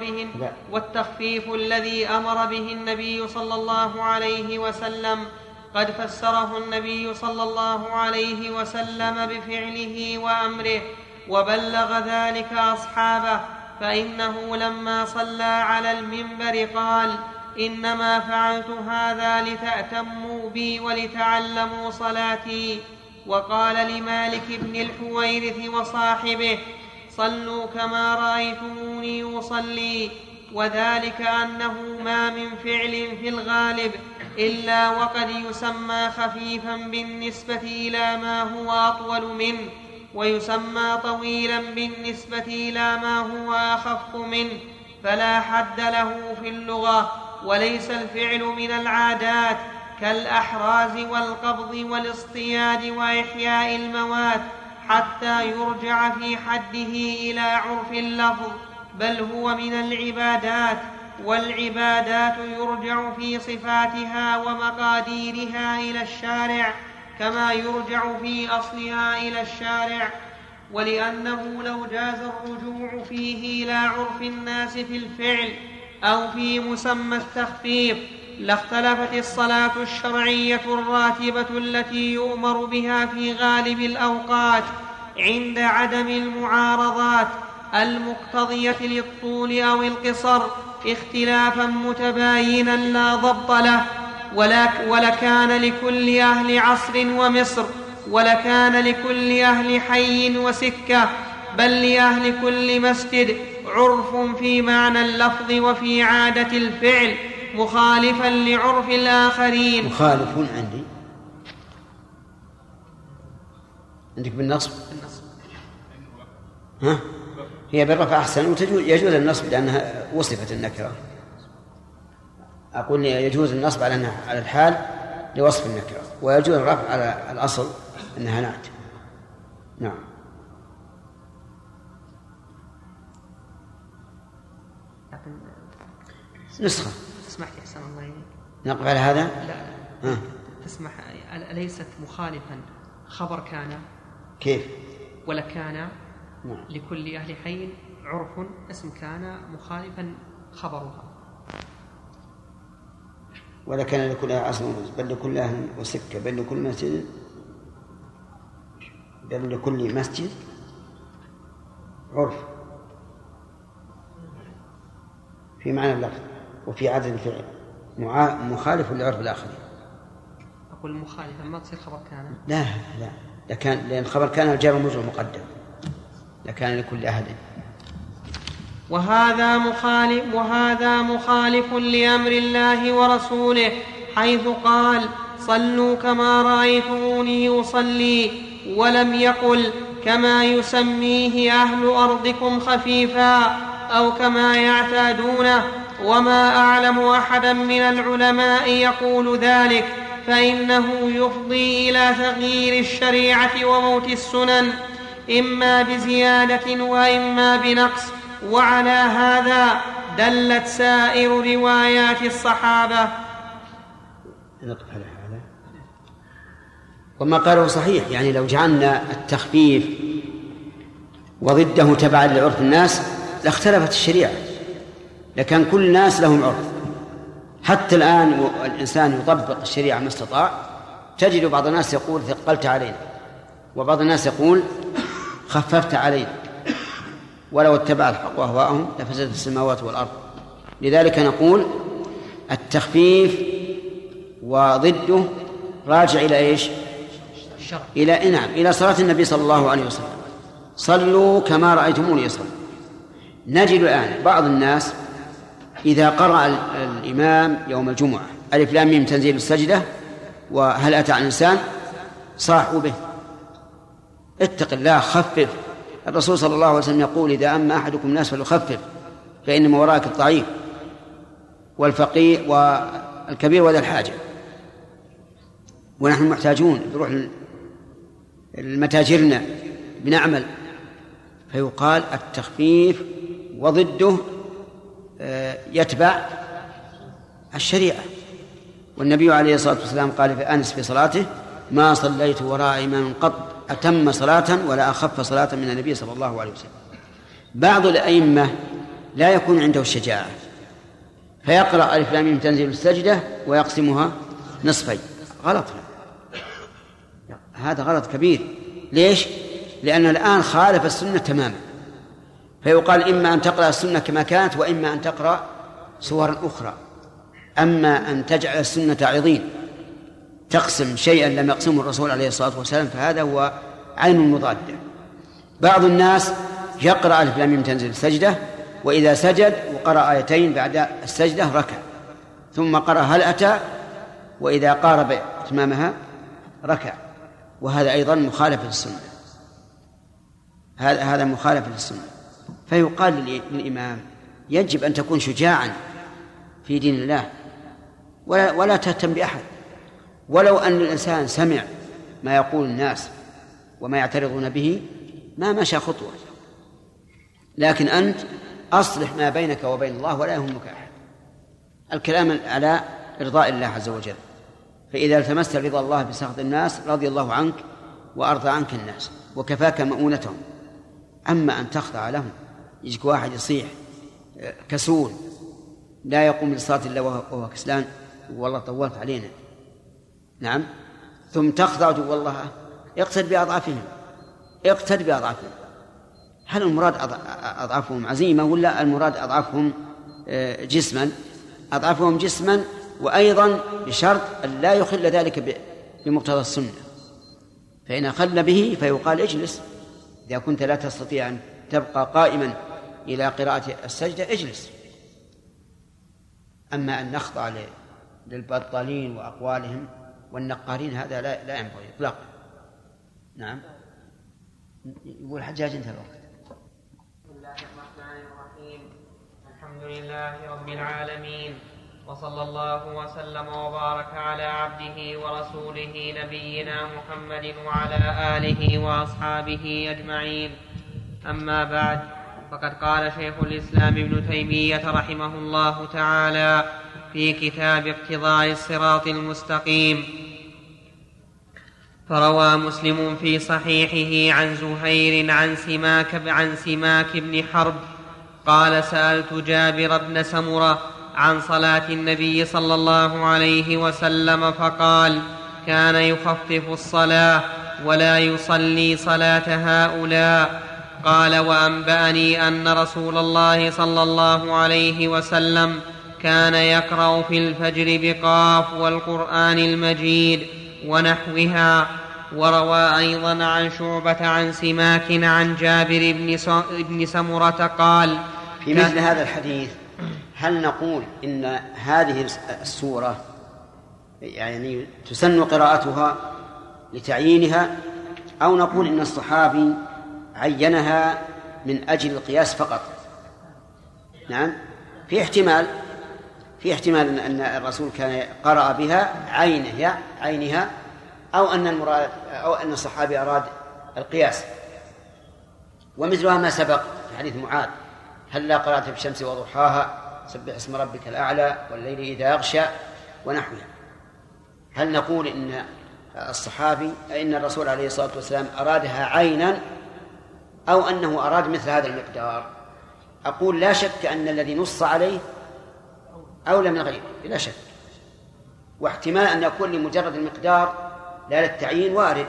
الذي أمر به النبي صلى الله عليه وسلم قد فسره النبي صلى الله عليه وسلم بفعله وأمره وبلغ ذلك أصحابه، فإنه لما صلى على المنبر قال: إنما فعلت هذا لتأتموا بي ولتعلموا صلاتي. وقال لمالك بن الحويرث وصاحبه: صلوا كما رأيتموني أصلي. وذلك أنه ما من فعل في الغالب إلا وقد يسمى خفيفا بالنسبة إلى ما هو أطول منه، ويسمى طويلا بالنسبة إلى ما هو أخف منه، فلا حد له في اللغة. وليس الفعل من العادات كالأحراز والقبض والاصطياد وإحياء الموات حتى يرجع في حده إلى عرف اللفظ، بل هو من العبادات، والعبادات يرجع في صفاتها ومقاديرها إلى الشارع كما يرجع في أصلها إلى الشارع. ولأنه لو جاز الرجوع فيه إلى عرف الناس في الفعل أو في مسمى التخفيف لاختلفت الصلاة الشرعية الراتبة التي يؤمر بها في غالب الأوقات عند عدم المعارضات المقتضية للطول أو القصر اختلافا متباينا لا ضبط له. ولكان لكل أهل عصر ومصر، ولكان لكل أهل حي وسكة، بل لأهل كل مسجد عرف في معنى اللفظ وفي عادة الفعل مخالفا لعرف الآخرين.
مخالف عندك بالنصب؟ ها؟ هي بالرفع أحسن، يجوز النصب لأنها وصفت النكرة. أقول يجوز النصب على الحال لوصف النكرة، ويجوز الرفع على الأصل أنها نعت. نعم. نسخة.
تسمح لي أحسن الله إليك
نقف على هذا؟
لا. تسمح، أليست مخالفا خبر كان؟
كيف؟
ولكان لكل أهل حي عرف، اسم كان مخالفا خبرها.
ولكان لكل أهل عصر بل لكل أهل وسكة بل لكل مسجد بل لكل مسجد عرف في معنى اللفظ وفي عدد الفعل مخالف لعرف الآخرين.
أقول مخالفا ما تصير خبر كان؟
لا لأن خبر كان الجار والمجرور مقدم، لكان لكل أحد.
وهذا مخالف لأمر الله ورسوله، حيث قال: صلوا كما رأيتموني أصلي، ولم يقل كما يسميه أهل أرضكم خفيفا أو كما يعتادونه. وما أعلم أحدا من العلماء يقول ذلك، فإنه يفضي إلى تغيير الشريعة وموت السنن، إما بزيادة وإما بنقص. وعلى هذا دلت سائر روايات الصحابة.
وما قاله صحيح، يعني لو جعلنا التخفيف وضده تبعا لعرف الناس لاختلفت الشريعة، لكان كل الناس لهم عرف. حتى الآن الإنسان يطبق الشريعة ما استطاع، تجد بعض الناس يقول ثقلت علينا، وبعض الناس يقول خففت علينا، ولو اتبع الحق أهواءهم لفسدت السماوات والأرض. لذلك نقول التخفيف وضده راجع إلى إيش؟ إلى صلاة النبي صلى الله عليه وسلم: صلوا كما رأيتموني أصلي. نجد الآن بعض الناس إذا قرأ الإمام يوم الجمعة ألف لام ميم تنزيل السجدة وهل أتى على الإنسان صاحوا به: اتق الله، خفف. الرسول صلى الله عليه وسلم يقول: إذا أما أحدكم الناس فليخفف فإنما وراءك الضعيف والفقير والكبير وذا الحاجة، ونحن محتاجون نروح المتاجرنا بنعمل. فيقال التخفيف وضده يتبع الشريعة. والنبي عليه الصلاة والسلام قال في أنس في صلاته: ما صليت وراء إمام قط أتم صلاة ولا أخف صلاة من النبي صلى الله عليه وسلم. بعض الأئمة لا يكون عنده الشجاعة فيقرأ ألف لام ميم تنزيل السجدة ويقسمها نصفين غلط، هذا غلط كبير. ليش؟ لأن الآن خالف السنة تماما، فيقال إما أن تقرأ السنة كما كانت وإما أن تقرأ سورا أخرى. أما أن تجعل السنة عظيم تقسم شيئا لم يقسمه الرسول عليه الصلاة والسلام فهذا هو عين المضادة. بعض الناس يقرأ ألف لام ميم تنزل السجدة، وإذا سجد وقرأ آيتين بعد السجدة ركع، ثم قرأ هل أتى، وإذا قارب إتمامها ركع، وهذا أيضا مخالف للسنة، هذا مخالف للسنة. فيقال للإمام يجب أن تكون شجاعا في دين الله ولا تهتم بأحد، ولو أن الإنسان سمع ما يقول الناس وما يعترضون به ما مشى خطوة، لكن أنت أصلح ما بينك وبين الله ولا يهمك أحد. الكلام على إرضاء الله عز وجل، فإذا التمست رضا الله بسخط الناس رضي الله عنك وأرضى عنك الناس وكفاك مؤونتهم. أما أن تخضع لهم، يجيك واحد يصيح كسول لا يقوم بصلاة الله وهو كسلان، والله طولت علينا، نعم، ثم تخضع والله اقتد بأضعافهم، اقتد بأضعافهم. هل المراد أضعافهم عزيمة ولا المراد أضعافهم جسما؟ أضعافهم جسما، وأيضا بشرط أن لا يخل ذلك بمقتضى السنة، فإن خل به فيقال اجلس، إذا كنت لا تستطيع أن تبقى قائما إلى قراءة السجدة اجلس. أما أن نخضع للبطالين وأقوالهم والنقارين هذا لا ينبغي إطلاقا. نعم، يقول حجاج انتهى الوقت.
بسم الله الرحمن الرحيم، الحمد لله رب العالمين، وصلى الله وسلم وبارك على عبده ورسوله نبينا محمد وعلى آله وأصحابه أجمعين. أما بعد، فقد قال شيخ الإسلام ابن تيمية رحمه الله تعالى في كتاب اقتضاء الصراط المستقيم: فروى مسلم في صحيحه عن زهير عن سماك بن حرب قال: سألت جابر بن سمرة عن صلاة النبي صلى الله عليه وسلم فقال: كان يخفف الصلاة ولا يصلي صلاة هؤلاء. قال: وأنبأني أن رسول الله صلى الله عليه وسلم كان يقرأ في الفجر بقاف والقرآن المجيد ونحوها. وروى أيضا عن شعبة عن سماك عن جابر بن سمرة قال:
في مثل هذا الحديث هل نقول إن هذه السورة يعني تسن قراءتها لتعيينها، أو نقول إن الصحابي عينها من أجل القياس فقط؟ نعم، في احتمال أن الرسول كان قرأ بها عينها أو أن الصحابي أراد القياس. ومثلها ما سبق في حديث معاذ: هل لا قرأت بالشمس وضحاها، سبح اسم ربك الأعلى، والليل إذا يغشى، ونحوها. هل نقول إن الرسول عليه الصلاة والسلام أرادها عينا أو أنه أراد مثل هذا المقدار؟ أقول لا شك أن الذي نص عليه أولى من غيره بلا شك، واحتمال أن يكون لمجرد المقدار لا للتعيين وارد،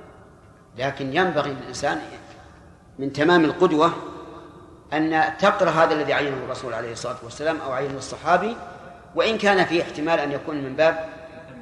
لكن ينبغي للإنسان من تمام القدوة أن تقرأ هذا الذي عينه الرسول عليه الصلاة والسلام أو عينه الصحابي، وإن كان فيه احتمال أن يكون من باب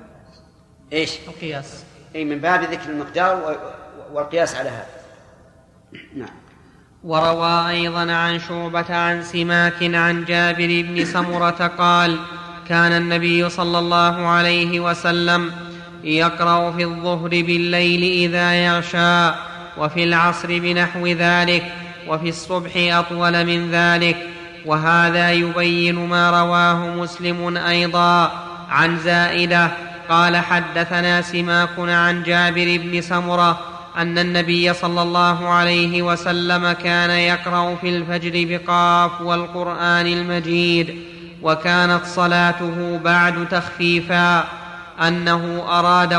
القياس،
من باب ذكر المقدار والقياس على هذا. نعم.
وروى أيضا عن شعبة عن سماك عن جابر بن سمرة قال: كان النبي صلى الله عليه وسلم يقرأ في الظهر بالليل إذا يغشى، وفي العصر بنحو ذلك، وفي الصبح أطول من ذلك. وهذا يبين ما رواه مسلم أيضا عن زائدة قال: حدثنا سماك عن جابر بن سمرة أن النبي صلى الله عليه وسلم كان يقرأ في الفجر بقاف والقرآن المجيد، وكانت صلاته بعد تخفيفا، أنه أراد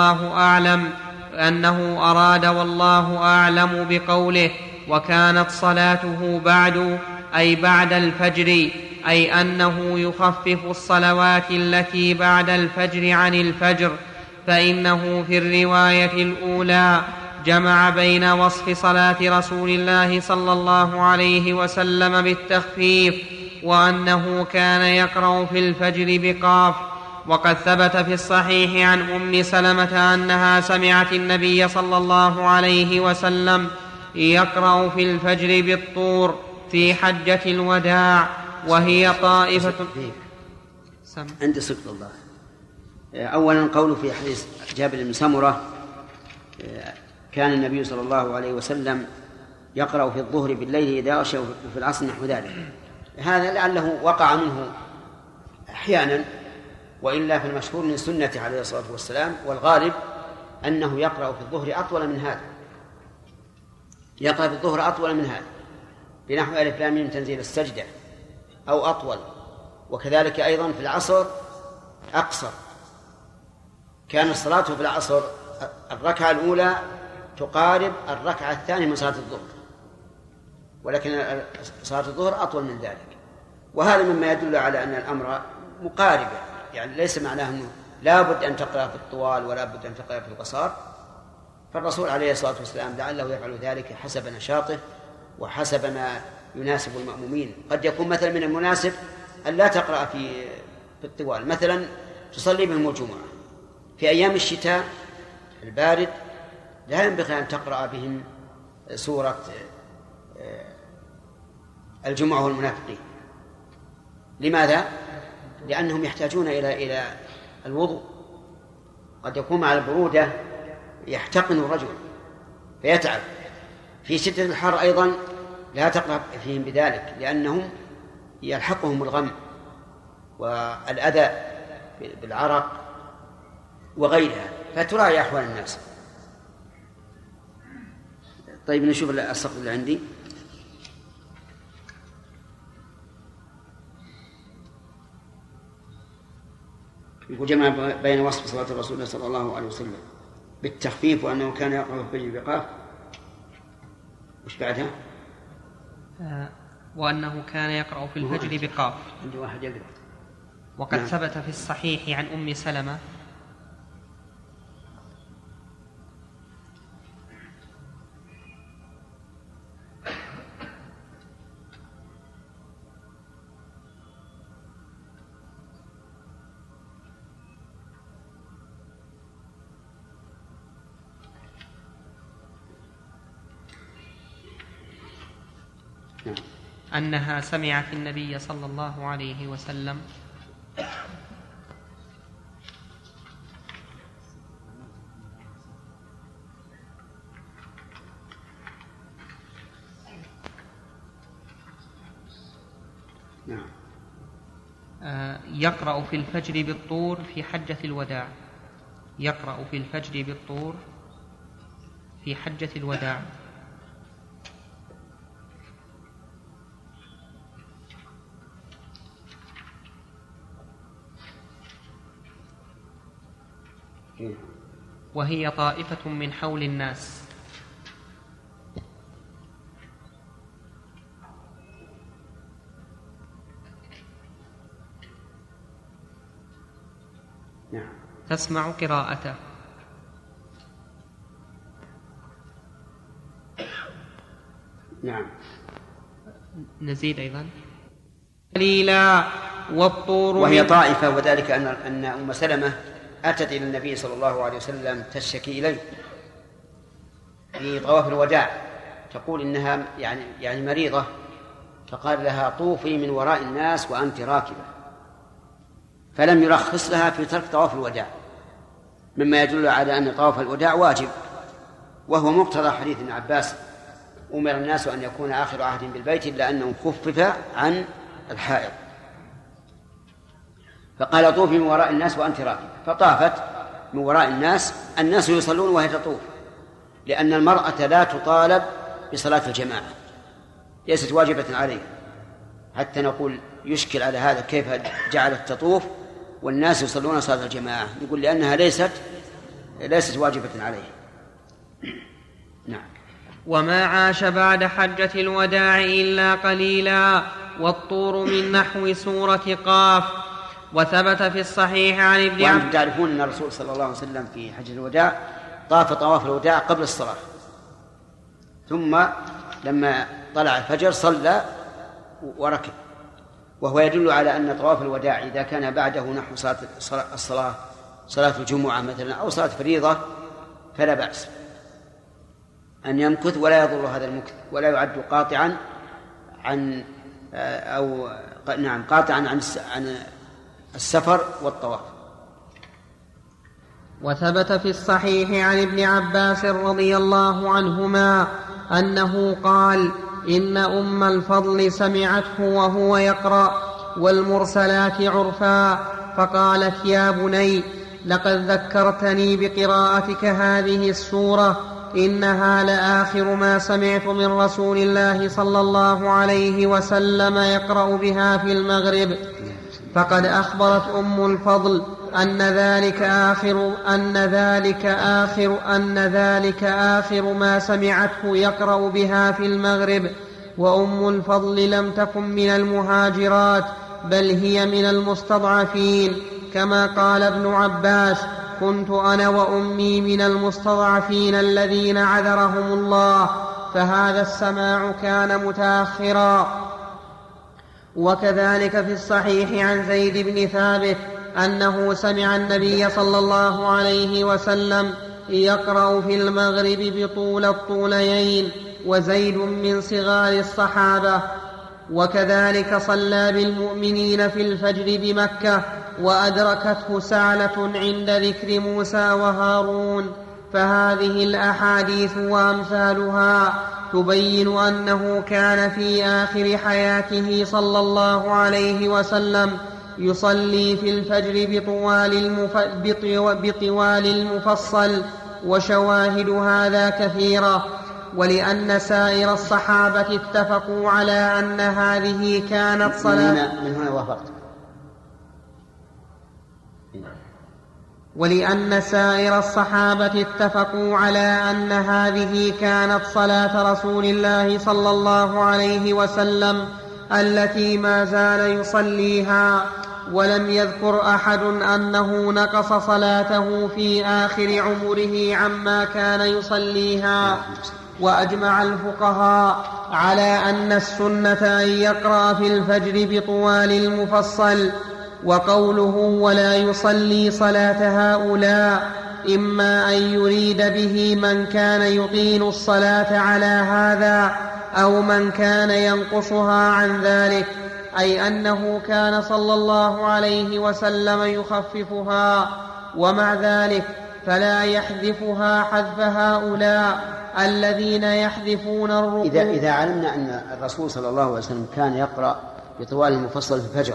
والله أعلم بقوله وكانت صلاته بعد، أي بعد الفجر، أي أنه يخفف الصلوات التي بعد الفجر عن الفجر. فإنه في الرواية الأولى جمع بين وصف صلاة رسول الله صلى الله عليه وسلم بالتخفيف وأنه كان يقرأ في الفجر بقاف. وقد ثبت في الصحيح عن أم سلمة أنها سمعت النبي صلى الله عليه وسلم يقرأ في الفجر بالطور في حجة الوداع، وهي طائفة.
عند سكت الله. أولا قوله في حديث جابر بن سمرة كان النبي صلى الله عليه وسلم يقرأ في الظهر بالليل إذا غشي وفي العصر نحو ذلك، هذا لعله وقع منه أحيانا، وإلا في المشهور من سنة عليه الصلاة والسلام والغالب أنه يقرأ في الظهر أطول من هذا، يقرأ في الظهر أطول من هذا بنحو ألف لام ميم تنزيل السجدة أو أطول، وكذلك أيضا في العصر أقصر. كان الصلاة في العصر الركعة الأولى تقارب الركعة الثانية من صلاة الظهر، ولكن صلاة الظهر أطول من ذلك، وهذا مما يدل على أن الأمر مقاربة، يعني ليس معناه أنه لا بد أن تقرأ في الطوال ولا بد أن تقرأ في القصار. فالرسول عليه الصلاة والسلام لعله يفعل ذلك حسب نشاطه وحسب ما يناسب المأمومين. قد يكون مثلا من المناسب أن لا تقرأ في الطوال، مثلا تصلي بهم الجمعة في أيام الشتاء البارد، لا ينبغي أن تقرأ بهم سورة الجمعة والمنافقين. لماذا؟ لأنهم يحتاجون إلى الوضوء، قد يكون مع البرودة يحتقن الرجل فيتعب. في شدة الحر أيضا لا تقرأ فيهم بذلك، لأنهم يلحقهم الغم والأذى بالعرق وغيرها، فتراعي أحوال الناس. طيب نشوف السقف اللي عندي. يقول جمع بين وصف صلاة الرسول صلى الله عليه وسلم بالتخفيف وأنه كان يقرأ في الفجر بقاف. وش بعدها؟
وأنه كان يقرأ في الفجر بقاف.
عندي واحد يقرأ.
وقد ثبت في الصحيح عن أم سلمة أنها سمعت النبي صلى الله عليه وسلم يقرأ في الفجر بالطور في حجة الوداع. يقرأ في الفجر بالطور في حجة الوداع. وهي طائفة من حول الناس. تسمع قراءته.
نعم.
نزيد أيضا قليلا والطور.
وهي طائفة، وذلك أن أم سلمة أتت إلى النبي صلى الله عليه وسلم تشتكي إليه في طواف الوداع، تقول إنها يعني مريضة، فقال لها طوفي من وراء الناس وأنت راكبة، فلم يرخص لها في ترك طواف الوداع، مما يدل على أن طواف الوداع واجب، وهو مقتضى حديث ابن عباس أمر الناس أن يكون آخر عهد بالبيت إلا أنه خفف عن الحائض، فقال طوفي من وراء الناس وأنت راكبة، فطافت من وراء الناس يصلون وهي تطوف، لأن المرأة لا تطالب بصلاة الجماعة، ليست واجبة عليه، حتى نقول يشكل على هذا كيف جعلت تطوف والناس يصلون صلاة الجماعة، يقول لأنها ليست واجبة عليه. نعم.
وما عاش بعد حجة الوداع إلا قليلا، والطور من نحو سورة قاف. وثبت في الصحيح عن ابن
وأنتم تعرفون أن الرسول صلى الله عليه وسلم في حجة الوداع طاف طواف الوداع قبل الصلاة، ثم لما طلع الفجر صلى وركب، وهو يدل على أن طواف الوداع إذا كان بعده نحو صلاة الجمعة مثلا أو صلاة فريضة فلا بأس أن يمكث ولا يضر هذا المكث، ولا يعد قاطعا عن قاطعا عن السفر والطواف.
وثبت في الصحيح عن ابن عباس رضي الله عنهما أنه قال: إن أم الفضل سمعته وهو يقرأ والمرسلات عرفا، فقالت: يا بني، لقد ذكرتني بقراءتك هذه السورة، إنها لآخر ما سمعت من رسول الله صلى الله عليه وسلم يقرأ بها في المغرب. فقد أخبرت أم الفضل أن ذلك آخر ما سمعته يقرأ بها في المغرب. وأم الفضل لم تكن من المهاجرات، بل هي من المستضعفين، كما قال ابن عباس: كنت أنا وأمي من المستضعفين الذين عذرهم الله. فهذا السماع كان متأخرا. وكذلك في الصحيح عن زيد بن ثابت أنه سمع النبي صلى الله عليه وسلم يقرأ في المغرب بطول الطوليين، وزيد من صغار الصحابة. وكذلك صلى بالمؤمنين في الفجر بمكة، وأدركته سعلة عند ذكر موسى وهارون. فهذه الأحاديث وأمثالها تبين أنه كان في آخر حياته صلى الله عليه وسلم يصلي في الفجر بطوال المفصل، وشواهد هذا كثيرة. ولأن سائر الصحابة اتفقوا على أن هذه كانت صلاة ولأن سائر الصحابة اتفقوا على أن هذه كانت صلاة رسول الله صلى الله عليه وسلم التي ما زال يصليها، ولم يذكر أحد أنه نقص صلاته في آخر عمره عما كان يصليها. وأجمع الفقهاء على أن السنة أن يقرأ في الفجر بطوال المفصل. وقوله ولا يصلي صلاة هؤلاء إما أن يريد به من كان يطيل الصلاة على هذا، أو من كان ينقصها عن ذلك، أي أنه كان صلى الله عليه وسلم يخففها. ومع ذلك فلا يحذفها حذف هؤلاء الذين يحذفون الركوع.
إذا علمنا أن الرسول صلى الله عليه وسلم كان يقرأ بطوال المفصل في الفجر،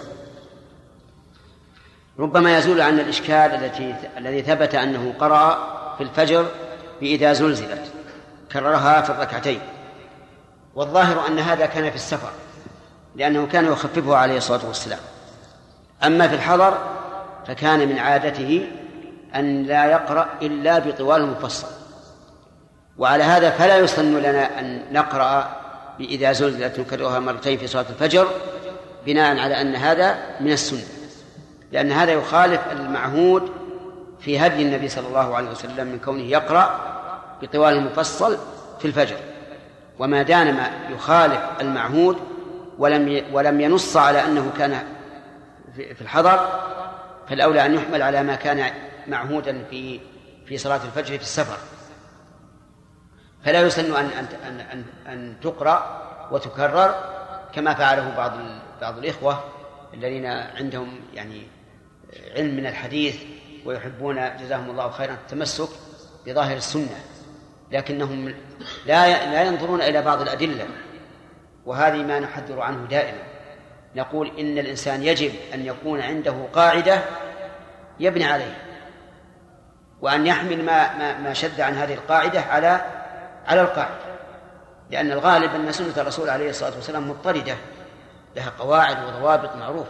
ربما يزول عن الإشكال الذي ثبت أنه قرأ في الفجر بإذا زلزلت، كررها في الركعتين. والظاهر أن هذا كان في السفر، لأنه كان يخففه عليه الصلاة والسلام. أما في الحضر فكان من عادته أن لا يقرأ إلا بطوال المفصل. وعلى هذا فلا يسن لنا أن نقرأ بإذا زلزلت نكررها مرتين في صلاة الفجر، بناء على أن هذا من السنة، لأن هذا يخالف المعهود في هدي النبي صلى الله عليه وسلم من كونه يقرأ بطوال المفصل في الفجر. وما دام ما يخالف المعهود ولم ينص على أنه كان في الحضر، فالأولى أن يحمل على ما كان معهودا في صلاة الفجر في السفر. فلا يسن أن تقرأ وتكرر كما فعله بعض الإخوة الذين عندهم علم من الحديث ويحبون جزاهم الله خيرا التمسك بظاهر السنة، لكنهم لا ينظرون إلى بعض الأدلة. وهذه ما نحذر عنه دائما، نقول إن الإنسان يجب أن يكون عنده قاعدة يبني عليه، وأن يحمل ما شد عن هذه القاعدة على القاعدة، لأن الغالب أن سنة الرسول عليه الصلاة والسلام مضطردة، لها قواعد وضوابط معروفة.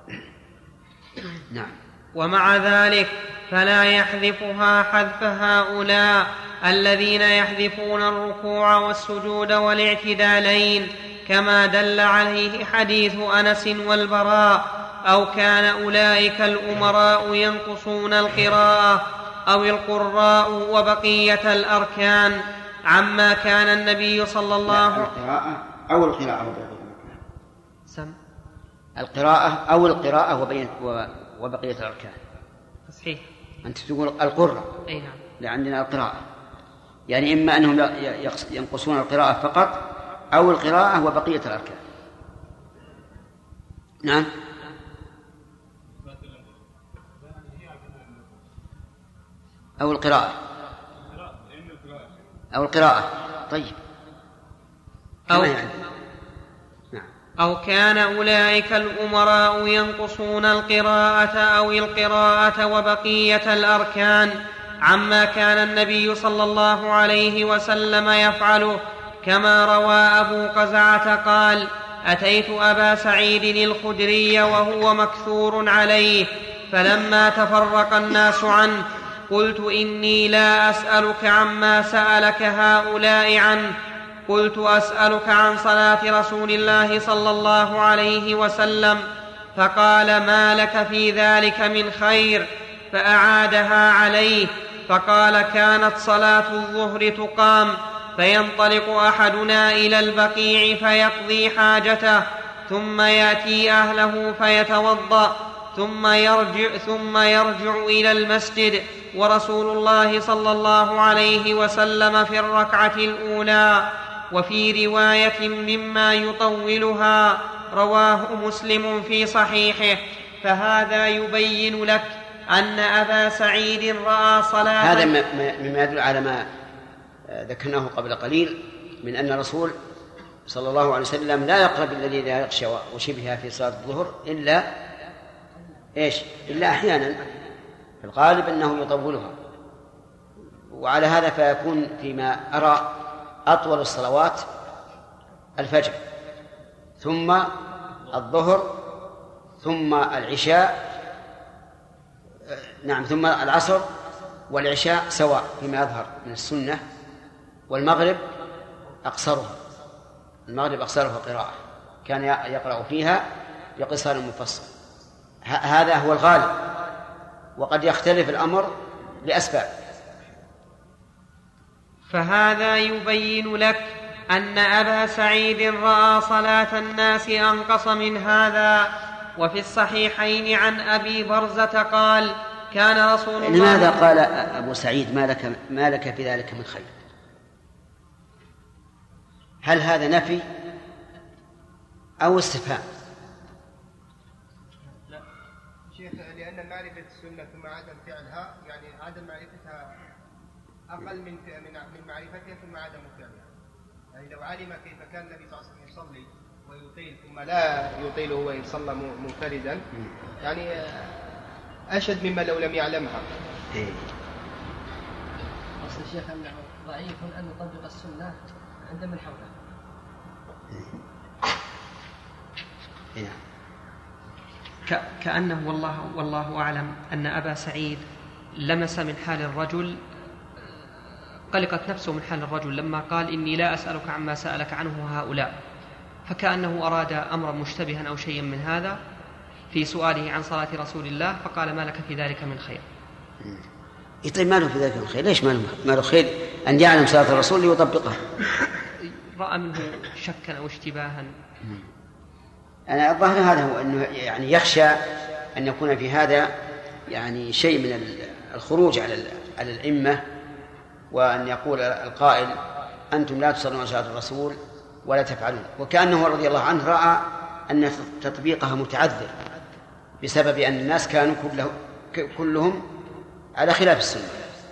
نعم.
ومع ذلك فلا يحذفها حذف هؤلاء الذين يحذفون الركوع والسجود والاعتدالين، كما دل عليه حديث أنس والبراء أو كان أولئك الأمراء ينقصون القراءة أو القراء وبقية الأركان عما كان النبي صلى الله عليه وسلم.
أو القراءة القراءة أو القراءة وبقية الأركان.
صحيح.
أنت تقول القراء.
أي نعم.
لعندنا القراءة، يعني إما أنهم ينقصون القراءة فقط أو القراءة وبقية الأركان. نعم. أو القراءة أو القراءة. طيب.
أو كان أولئك الأمراء ينقصون القراءة أو القراءة وبقية الأركان عما كان النبي صلى الله عليه وسلم يفعله، كما روى أبو قزعة قال: أتيت أبا سعيد الخدري وهو مكثور عليه، فلما تفرق الناس عنه قلت: إني لا أسألك عما سألك هؤلاء عنه، قلت: أسألك عن صلاة رسول الله صلى الله عليه وسلم. فقال: ما لك في ذلك من خير؟ فأعادها عليه، فقال: كانت صلاة الظهر تقام فينطلق أحدنا إلى البقيع فيقضي حاجته، ثم يأتي أهله فيتوضأ، ثم يرجع إلى المسجد، ورسول الله صلى الله عليه وسلم في الركعة الأولى. وفي رواية مما يطولها رواه مسلم في صحيحه. فهذا يبين لك أن أبا سعيد رأى صلاة.
هذا مما يدل على ما ذكرناه قبل قليل من أن الرسول صلى الله عليه وسلم لا يقرأ بالذي لا يغشى وشبهها في صلاة الظهر إلا أحيانا، في الغالب أنه يطولها. وعلى هذا فيكون فيما أرى أطول الصلوات الفجر، ثم الظهر، ثم العشاء، ثم العصر والعشاء سواء فيما يظهر من السنة، والمغرب أقصرها قراءة، كان يقرأ فيها بقصار مفصل. هذا هو الغالب، وقد يختلف الأمر لأسباب.
فهذا يبين لك أن أبا سعيد رأى صلاة الناس أنقص من هذا. وفي الصحيحين عن أبي برزة قال: كان رسول الله.
لماذا قال أبو سعيد ما لك في ذلك من خير؟ هل هذا نفي أو استفهام؟
لا شيخ، لأن معرفة السنة ثم عدم فعلها، يعني عدم معرفتها أقل من معرفتها ثم عدم فعلها. يعني لو علم كيف كان النبي صلى الله عليه وسلم يصلي ويطيل ثم لا يطيله وإن صلى منفردا، يعني أشد مما لو لم يعلمها.
أصل الشيخ أنه ضعيف أن يطبق السنة عند من حوله.
كأنه والله أعلم أن أبا سعيد لمس من حال الرجل، قلقت نفسه من حال الرجل لما قال: إني لا أسألك عما سألك عنه هؤلاء، فكأنه أراد أمرا مشتبها أو شيئا من هذا في سؤاله عن صلاة رسول الله، فقال: ما لك في ذلك من خير؟
طيب ما له في ذلك من خير؟ ليش ما له خير أن يعلم صلاة الرسول ليطبقها؟
رأى منه شكا أو اشتباها.
أنا الظاهر هذا هو، أنه يعني يخشى أن يكون في هذا يعني شيء من الخروج على الأئمة، وأن يقول القائل: أنتم لا تصلون على صلاة الرسول ولا تفعلون. وكأنه رضي الله عنه رأى أن تطبيقها متعذر بسبب أن الناس كانوا كلهم على خلاف السنة.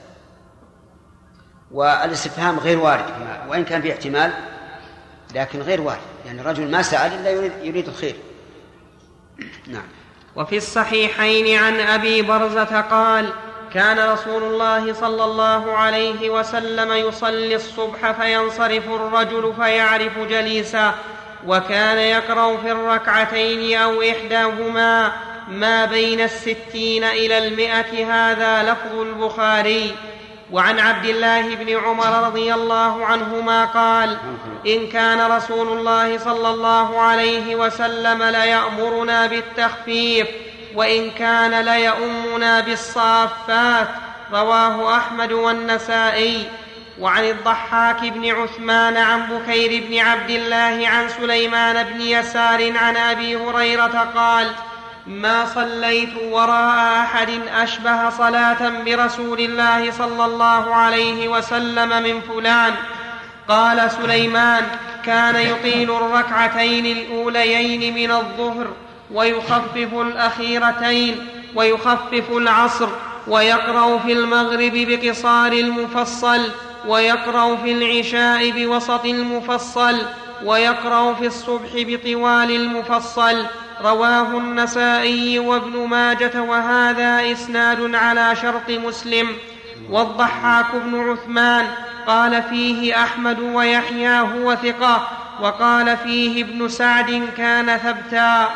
والاستفهام غير وارد، وإن كان في احتمال لكن غير وارد، يعني الرجل ما سأل إلا يريد الخير. نعم.
وفي الصحيحين عن أبي برزة قال: كان رسول الله صلى الله عليه وسلم يصلي الصبح فينصرف الرجل فيعرف جليسه، وكان يقرأ في الركعتين أو إحداهما ما بين 60 إلى 100. هذا لفظ البخاري. وعن عبد الله بن عمر رضي الله عنهما قال: إن كان رسول الله صلى الله عليه وسلم ليأمرنا بالتخفيف وإن كان ليؤمنا بالصافات. رواه أحمد والنسائي. وعن الضحاك بن عثمان عن بكير بن عبد الله عن سليمان بن يسار عن أبي هريرة قال: ما صليت وراء أحد أشبه صلاة برسول الله صلى الله عليه وسلم من فلان. قال سليمان: كان يطيل الركعتين الأوليين من الظهر ويخفف الأخيرتين ويخفف العصر، ويقرأ في المغرب بقصار المفصل، ويقرأ في العشاء بوسط المفصل، ويقرأ في الصبح بطوال المفصل. رواه النسائي وابن ماجة وهذا إسناد على شرط مسلم. والضحاك بن عثمان قال فيه أحمد ويحيى هو ثقة، وقال فيه ابن سعد كان ثبتا.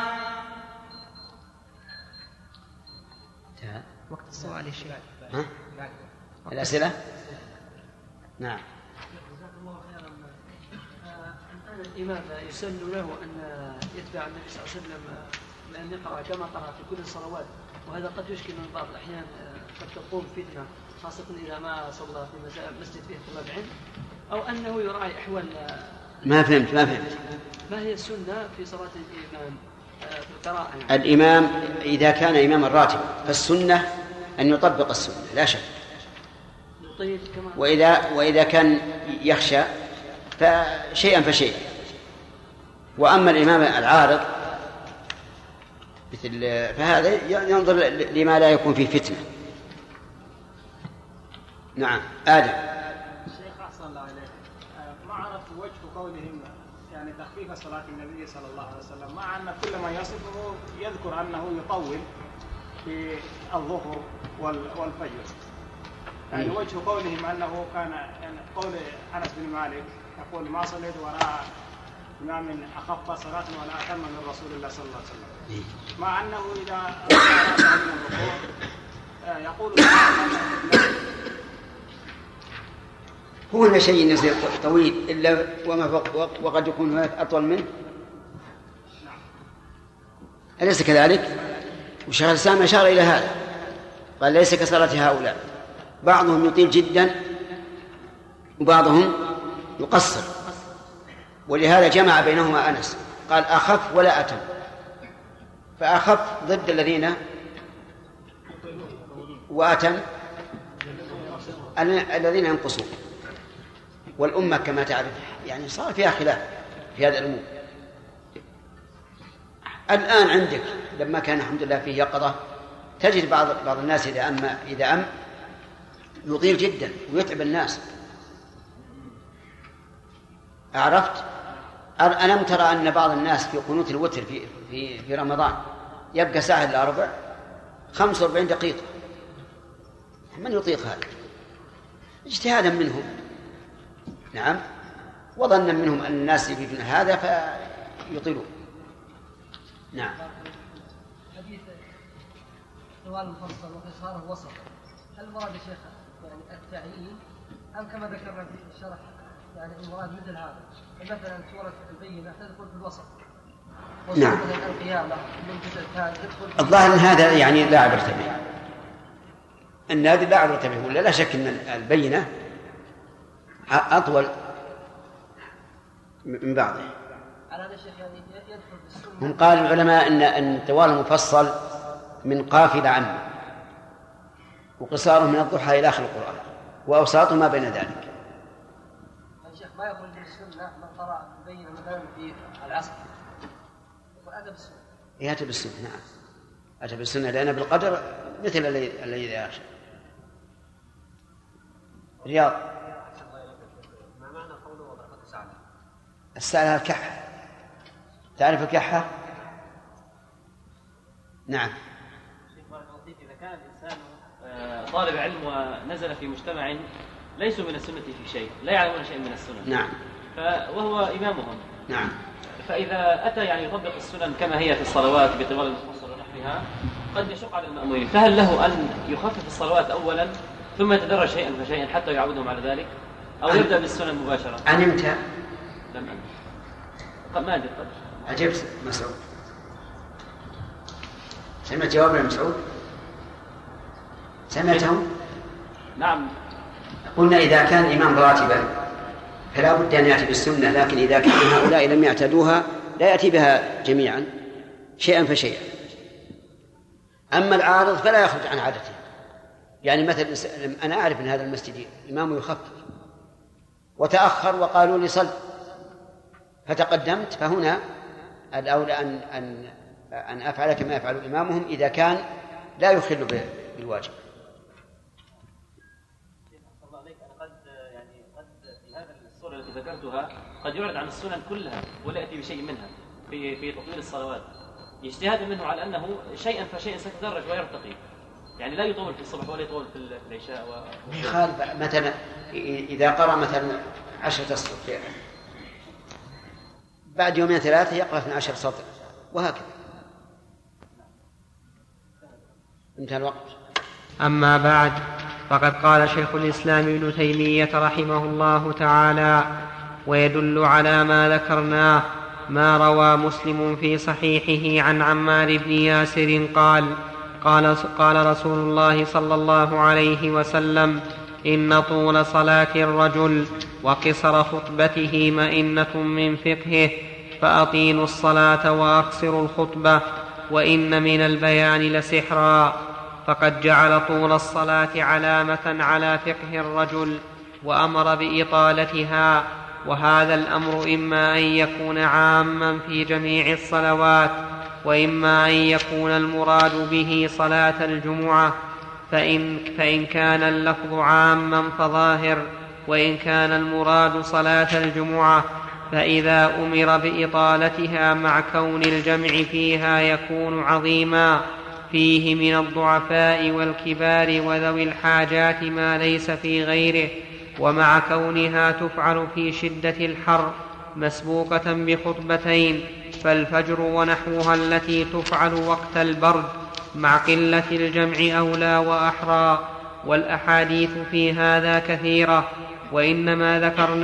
وقت السؤال يا شيخ.
الأسئلة؟ نعم.
جزاك الله خيرا. الآن الإمام يسن له أن يتبع النبي صلى الله عليه وسلم بأن يقرأ كما قرأ في كل الصلوات، وهذا قد يشكل من بعض الأحيان، قد تقوم فتنة خاصة إذا ما صلى في مسجد فيه طلاب علم، أو أنه يراعي أحوال.
ما فهمت.
ما هي السنة في صلاة الإمام في القراءة؟ يعني
الإمام إذا كان إماما راتب فالسنة أن يطبق السنة لا شك، وإذا كان يخشى فشيئا فشيئا. وأما الإمام العارض مثل فهذا ينظر لما لا يكون فيه فتنة. نعم. آدم.
الشيخ أحسن الله عليك، ما عرفت وجه قولهم يعني تخفيف صلاة النبي صلى الله عليه وسلم، مع أن كل ما يصفه يذكر أنه يطول في الظهر والفجر. يعني وجه قولهم أنه كان يعني قول أنس بن مالك يقول: ما صليت وراء إمام أخف صلاة ولا أتم من رسول الله صلى الله عليه وسلم، مع أنه إذا رفع من الركوع يقول
هو شيء يصير طويل إلا وقد يكون هناك أطول منه. أليس كذلك؟ وشيخ الإسلام أشار إلى هذا، قال: ليس كصلاة هؤلاء، بعضهم يطيل جدا وبعضهم يقصر، ولهذا جمع بينهما أنس، قال: أخف ولا أتم، فأخف ضد الذين، وأتم الذين ينقصون. والأمة كما تعرف يعني صار فيها خلاف في هذا الأمور. الآن عندك لما كان الحمد لله فيه يقظة تجد بعض الناس إذا أم يطيل جدا ويتعب الناس. عرفت؟ ألم ترى أن بعض الناس في قنوت الوتر في رمضان يبقى ساعة إلا ربع 45 دقيقة؟ من يطيق هذا؟ اجتهادا منهم، نعم، وظنا منهم أن الناس يريدون هذا فيطيلون. نعم.
حديث طوال المفصل وقصاره وسط، هل المراد يا شيخ يعني التعيين أم كما ذكرنا في الشرح يعني المراد مثل هذا؟ مثلا سورة البينة تدخل في الوسط،
نعم.
القيامة
الظاهر أن هذا يعني لا عبرة به، أن هذه لا عبرة به، ولا لا شك أن البينة أطول من بعضه.
على هذا الشيخ يعني يدخل في السنة.
هم قال العلماء أن طوال المفصل من قاف إلى عم، وقصاره من الضحى إلى آخر القرآن، وأوساطه ما بين ذلك.
الشيخ ما يقول بالسنة من قرأ البينة مثلا في العصر أتى بالسنة.
أتى بالسنة، نعم، أتى بالسنة، لأن بالقدر مثل الذي يخشى. رياض.
ما معنى قوله وضربة السعلة؟
السعلة الكحة، تعرف الكحة؟ نعم.
إذا كان الإنسان طالب علم ونزل في مجتمع ليسوا من السنة في شيء، لا يعلمون شيء من السنة،
نعم،
وهو إمامهم،
نعم،
فإذا أتى يعني يطبق السنن كما هي في الصلوات بطوال المفصل ونحوها قد يشق على المأمومين، فهل له أن يخفف الصلوات أولا ثم يتدرج شيئا فشيئا حتى يعودهم على ذلك، أو يبدأ بالسنن مباشرة؟
عن امتى؟
أم أنت؟ ما أدري.
عجبت مسعود. سمعت جواب مسعود؟ سمعته؟
نعم.
قلنا إذا كان الإمام راتبا فلا بد أن يأتي بالسنة، لكن إذا كان هؤلاء لم يعتدوها لا يأتي بها جميعا شيئا فشيئا. أما العارض فلا يخرج عن عادته. يعني مثلا أنا أعرف أن هذا المسجد إمامه يخفف وتأخر وقالوا لي صل فتقدمت، فهنا الأولى أن أفعل كما يفعل إمامهم إذا كان لا يخل بالواجب.
التي ذكرتها قد يعرض عن السنن كلها ولا يأتي بشيء منها في تطويل الصلوات، اجتهادا منه على أنه شيئا فشيئا سيتدرج ويرتقي، يعني لا يطول في الصبح ولا يطول في العشاء.
مثلا إذا قرأ مثلا 10 سطور بعد يومين 3 يقرأ 12 سطر وهكذا. انتهى الوقت.
أما بعد، فقد قال شيخ الإسلام ابن تيمية رحمه الله تعالى: ويدل على ما ذكرناه ما روى مسلم في صحيحه عن عمار بن ياسر قال رسول الله صلى الله عليه وسلم: إن طول صلاة الرجل وقصر خطبته مئنة من فقهه، فأطيلوا الصلاة وأقصروا الخطبة، وإن من البيان لسحرا. فقد جعل طول الصلاة علامة على فقه الرجل وأمر بإطالتها، وهذا الأمر إما أن يكون عاما في جميع الصلوات، وإما أن يكون المراد به صلاة الجمعة، فإن كان اللفظ عاما فظاهر، وإن كان المراد صلاة الجمعة فإذا أمر بإطالتها مع كون الجمع فيها يكون عظيما فيه من الضعفاء والكبار وذوي الحاجات ما ليس في غيره، ومع كونها تفعل في شدة الحر مسبوقة بخطبتين، فالفجر ونحوها التي تفعل وقت البرد مع قلة الجمع أولى وأحرى، والأحاديث في هذا كثيرة، وإنما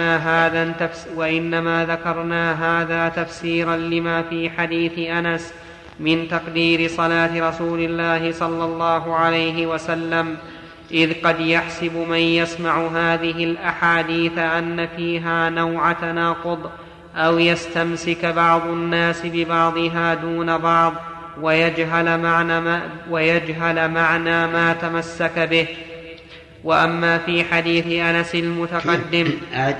ذكرنا هذا تفسيرا لما في حديث أنس من تقدير صلاة رسول الله صلى الله عليه وسلم، إذ قد يحسب من يسمع هذه الأحاديث أن فيها نوع تناقض، أو يستمسك بعض الناس ببعضها دون بعض ويجهل معنى ما تمسك به. وأما في حديث أنس المتقدم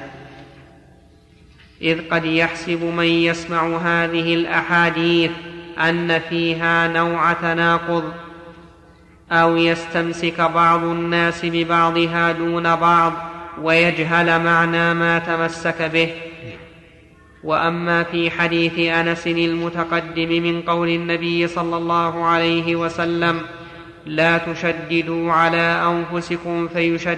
إذ قد يحسب من يسمع هذه الأحاديث أن فيها نوع تناقض، أو يستمسك بعض الناس ببعضها دون بعض ويجهل معنى ما تمسك به. وأما في حديث أنس المتقدم من قول النبي صلى الله عليه وسلم: لا تشددوا على أنفسكم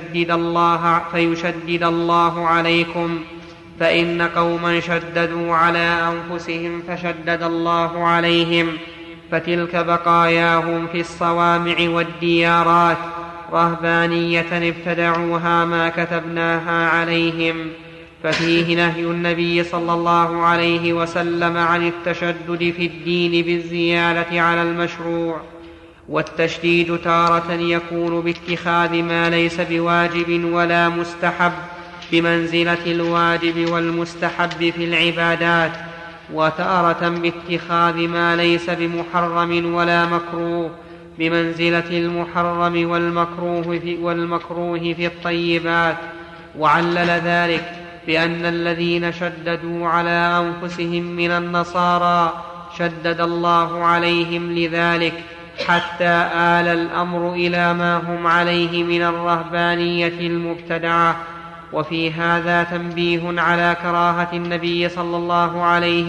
فيشدد الله عليكم، فإن قوما شددوا على أنفسهم فشدد الله عليهم، فتلك بقاياهم في الصوامع والديارات، رهبانية ابتدعوها ما كتبناها عليهم. ففيه نهي النبي صلى الله عليه وسلم عن التشدد في الدين بالزيادة على المشروع، والتشديد تارة يكون باتخاذ ما ليس بواجب ولا مستحب بمنزلة الواجب والمستحب في العبادات، وتارة باتخاذ ما ليس بمحرم ولا مكروه بمنزلة المحرم والمكروه في الطيبات. وعلل ذلك بأن الذين شددوا على أنفسهم من النصارى شدد الله عليهم لذلك، حتى آل الأمر إلى ما هم عليه من الرهبانية المبتدعة. وفي هذا تنبيه على كراهة النبي صلى الله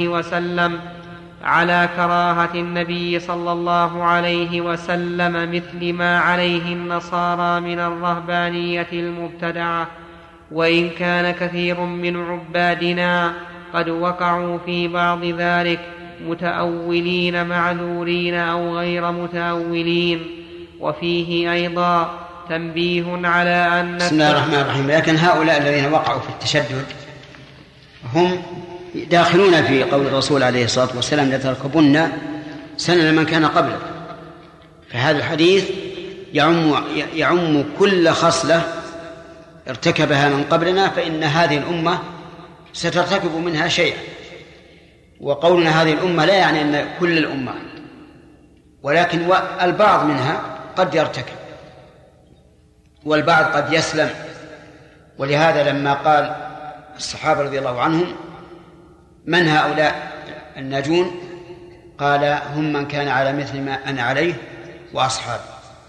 عليه وسلم مثل ما عليه النصارى من الرهبانية المبتدعة. وإن كان كثير من عبادنا قد وقعوا في بعض ذلك متأولين معذورين أو غير متأولين. وفيه أيضا تنبيه على أن
بسم الله الرحمن الرحيم. لكن هؤلاء الذين وقعوا في التشدد هم داخلون في قول الرسول عليه الصلاة والسلام لتركبن سنن من كان قبلكم. فهذا الحديث يعم كل خصلة ارتكبها من قبلنا، فإن هذه الأمة سترتكب منها شيئا. وقولنا هذه الأمة لا يعني أن كل الأمة، ولكن البعض منها قد يرتكب والبعض قد يسلم. ولهذا لما قال الصحابة رضي الله عنهم من هؤلاء الناجون، قال هم من كان على مثل ما أنا عليه وأصحابي.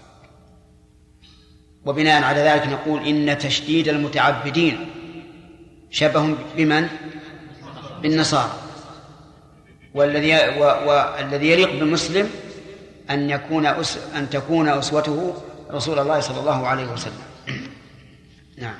وبناء على ذلك نقول إن تشديد المتعبدين شبه بمن؟ بالنصارى. والذي يليق بالمسلم أن تكون أسوته رسول الله صلى الله عليه وسلم. نعم.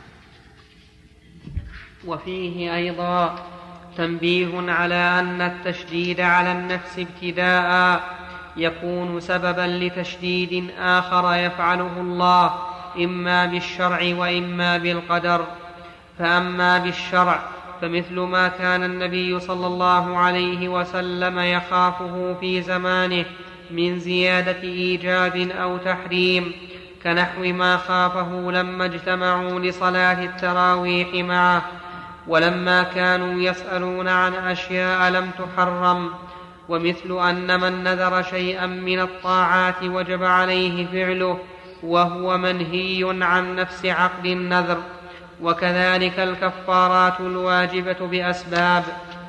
وفيه أيضا تنبيه على أن التشديد على النفس ابتداء يكون سببا لتشديد آخر يفعله الله إما بالشرع وإما بالقدر. فأما بالشرع فمثل ما كان النبي صلى الله عليه وسلم يخافه في زمانه من زيادة إيجاب أو تحريم، كنحو ما خافه لما اجتمعوا لصلاة التراويح معه، ولما كانوا يسألون عن أشياء لم تحرم. ومثل أن من نذر شيئا من الطاعات وجب عليه فعله وهو منهي عن نفس عقد النذر. وكذلك الكفارات الواجبة بأسباب.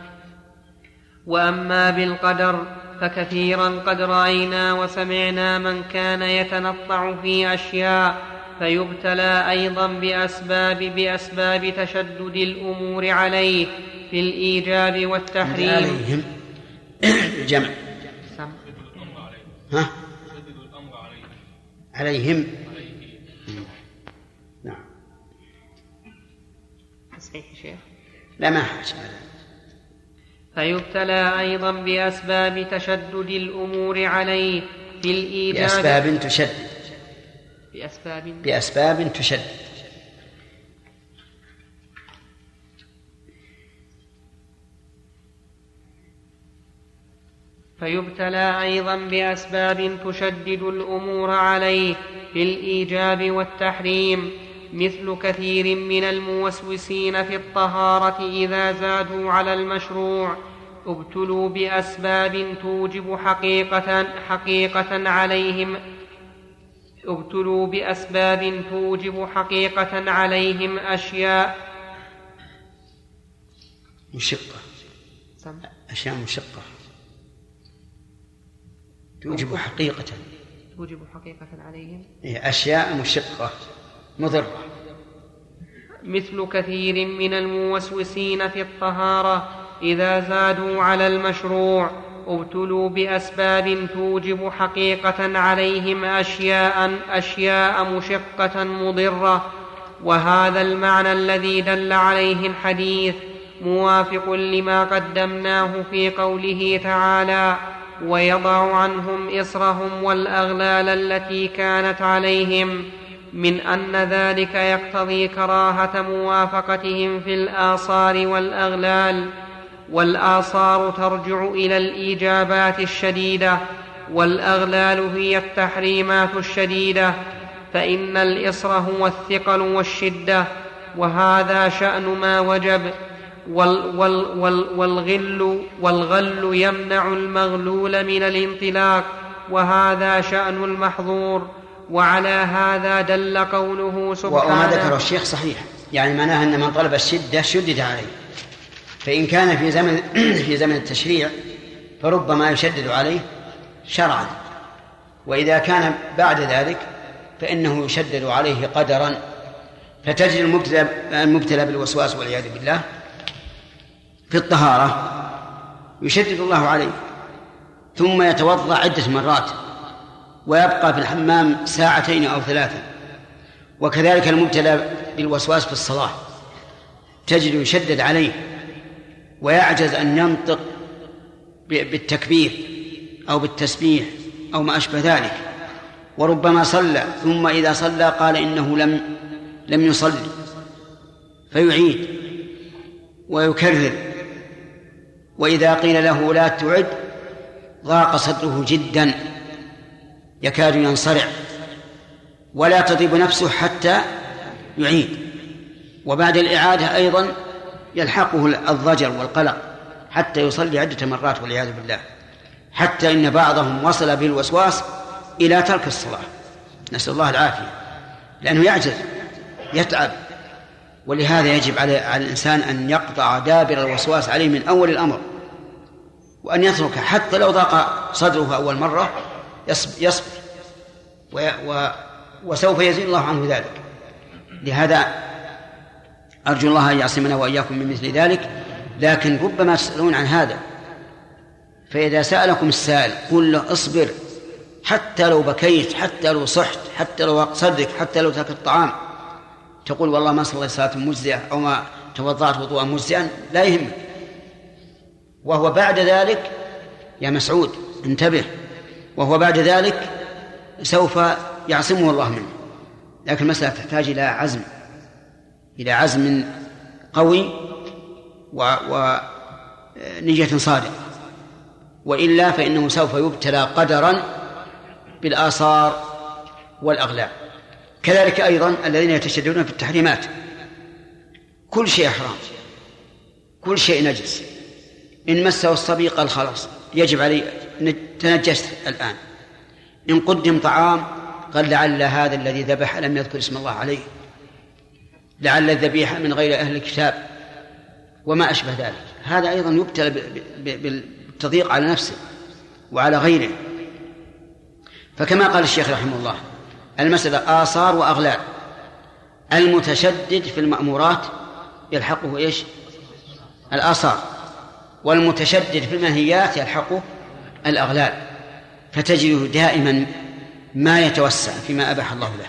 وأما بالقدر فكثيرا قد رأينا وسمعنا من كان يتنطع في أشياء فيبتلى أيضا بأسباب تشدد الأمور عليه في الإيجاب والتحريم.
عليهم جمع عليهم. نعم.
صحيح شيخ؟
لا ما حاجة.
فيبتلى أيضا بأسباب تشدد الأمور عليه في الإيجاب
بأسباب تشدد.
فيبتلى أيضا بأسباب تشدد الأمور عليه في الإيجاب والتحريم، مثل كثير من الموسوسين في الطهارة إذا زادوا على المشروع ابتلوا بأسباب توجب حقيقة عليهم أشياء
مشقة. أشياء مشقة توجب حقيقة
عليهم
أشياء مشقة مضرة.
مثل كثير من الموسوسين في الطهارة إذا زادوا على المشروع ابتلوا بأسباب توجب حقيقة عليهم أشياء مشقة مضرة. وهذا المعنى الذي دل عليه الحديث موافق لما قدمناه في قوله تعالى ويضع عنهم إصرهم والأغلال التي كانت عليهم، من أن ذلك يقتضي كراهة موافقتهم في الآصار والأغلال. والآصار ترجع إلى الإيجابات الشديدة، والأغلال هي التحريمات الشديدة، فإن الإصر هو الثقل والشدة، وهذا شأن ما وجب. والغل يمنع المغلول من الانطلاق، وهذا شأن المحظور. وعلى هذا دل قوله سبحانه.
وما ذكر الشيخ صحيح، يعني معناه أن من طلب الشدة شدد عليه، فإن كان في زمن التشريع فربما يشدد عليه شرعا، وإذا كان بعد ذلك فإنه يشدد عليه قدرا. فتجد المبتلى بالوسواس والعياذ بالله في الطهارة يشدد الله عليه، ثم يتوضأ عدة مرات ويبقى في الحمام 2 أو 3. وكذلك المبتلى بالوسواس في الصلاة تجد يشدد عليه ويعجز أن ينطق بالتكبير أو بالتسبيح أو ما أشبه ذلك، وربما صلى ثم إذا صلى قال إنه لم يصلي، فيعيد ويكرر وإذا قيل له لا تعد ضاق صدره جدا يكاد ينصرع ولا تطيب نفسه حتى يعيد، وبعد الإعادة أيضا يلحقه الضجر والقلق حتى يصلي عدة مرات والعياذ بالله، حتى إن بعضهم وصل بالوسواس إلى ترك الصلاة، نسأل الله العافية، لأنه يعجز يتعب. ولهذا يجب على الإنسان أن يقطع دابر الوسواس عليه من أول الأمر، وأن يترك حتى لو ضاق صدره أول مرة يصبر وسوف يزيل الله عنه ذلك. لهذا أرجو الله أن يعصمنا وإياكم من مثل ذلك. لكن ربما تسألون عن هذا، فإذا سألكم السائل قل له اصبر حتى لو بكيت، حتى لو صحت، حتى لو ضاق صدرك، حتى لو تركت الطعام، تقول والله ما صليت صلاة مجزئة أو ما توضأت وضوءا مجزئا، لا يهمك. وهو بعد ذلك يا مسعود انتبه، وهو بعد ذلك سوف يعصمه الله منه. لكن المسألة تحتاج إلى عزم قوي ونية صادقة، وإلا فإنه سوف يبتلى قدرا بالآثار والأغلال. كذلك أيضا الذين يتشددون في التحريمات، كل شيء حرام، كل شيء نجس، إن مسه الصبي قال خلاص يجب عليه تنجست الآن، إن قدم طعام قال لعل هذا الذي ذبح لم يذكر اسم الله عليه، لعل الذبيحة من غير أهل الكتاب وما أشبه ذلك. هذا أيضا يبتلى بالتضييق على نفسه وعلى غيره. فكما قال الشيخ رحمه الله المسألة آثار وأغلال، المتشدد في المأمورات يلحقه إيش؟ الآثار، والمتشدد في المنهيات يلحقه الأغلال، فتجده دائما ما يتوسع فيما أباح الله له،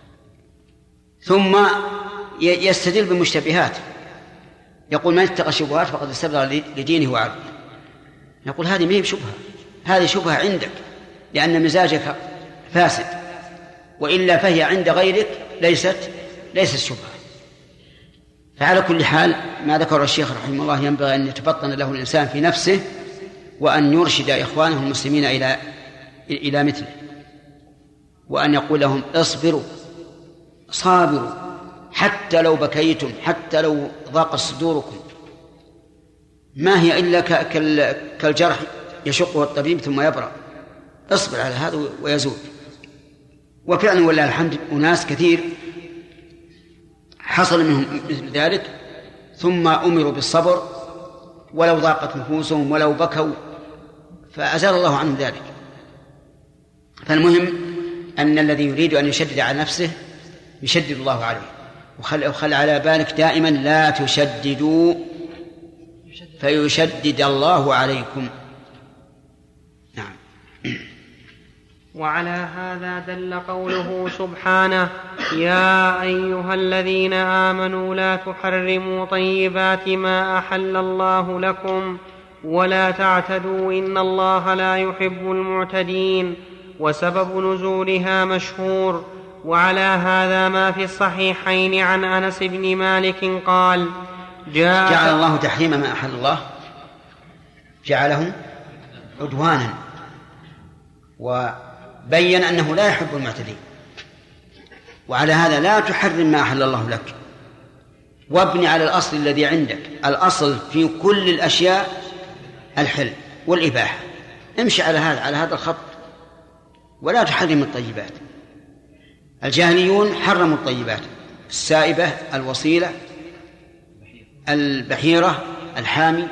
ثم يستدل بالمشتبهات، يقول من اتقى الشبهات فقد استبرأ لدينه وعرضه. نقول هذه ما هي شبهة، هذه شبهة عندك لأن مزاجك فاسد، وإلا فهي عند غيرك ليست شبهة. فعلى كل حال ما ذكر الشيخ رحمه الله ينبغي أن يتفطن له الإنسان في نفسه، وأن يرشد إخوانه المسلمين إلى مثله، وأن يقول لهم اصبروا صابروا حتى لو بكيتم، حتى لو ضاق صدوركم، ما هي إلا كالجرح يشقه الطبيب ثم يبرأ، اصبر على هذا ويزول. وفعلا ولله الحمد أناس كثير حصل منهم مثل ذلك ثم أمروا بالصبر ولو ضاقت نفوسهم ولو بكوا فأزال الله عنهم ذلك. فالمهم أن الذي يريد أن يشدد على نفسه يشدد الله عليه. وخل على بالك دائما لا تشددوا فيشدد الله عليكم. نعم.
وعلى هذا دل قوله سبحانه: يا أيها الذين آمنوا لا تحرموا طيبات ما أحل الله لكم ولا تعتدوا إن الله لا يحب المعتدين. وسبب نزولها مشهور. وعلى هذا ما في الصحيحين عن أنس بن مالك قال:
جعل الله تحريم ما أحل الله جعله عدوانا، وبين أنه لا يحب المعتدين. وعلى هذا لا تحرم ما أحل الله لك، وابني على الأصل الذي عندك. الأصل في كل الأشياء الحل والإباحة، امشي على هذا الخط ولا تحرم الطيبات. الجاهليون حرموا الطيبات: السائبة، الوصيلة، البحيرة، الحامي،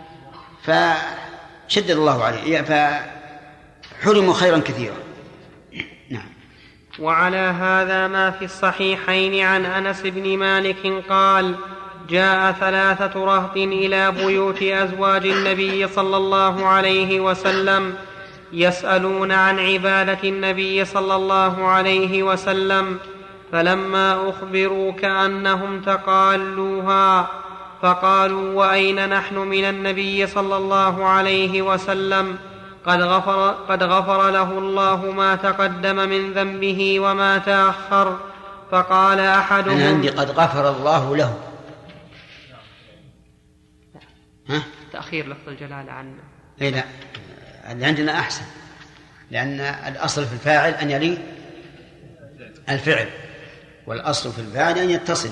فشدد الله عليه فحرموا خيرا كثيرا. نعم.
وعلى هذا ما في الصحيحين عن أنس بن مالك قال: جاء 3 رهط إلى بيوت أزواج النبي صلى الله عليه وسلم يسألون عن عبادة النبي صلى الله عليه وسلم، فلما أخبروا كأنهم تقالوها، فقالوا: وأين نحن من النبي صلى الله عليه وسلم؟ قد غفر له الله ما تقدم من ذنبه وما تأخر. فقال أحدهم:
أنا عندي قد غفر الله له.
تأخير لفظ الجلالة عن
أي لا، اللي عندنا أحسن، لأن الأصل في الفاعل أن يلي الفعل، والأصل في الفاعل أن يتصل.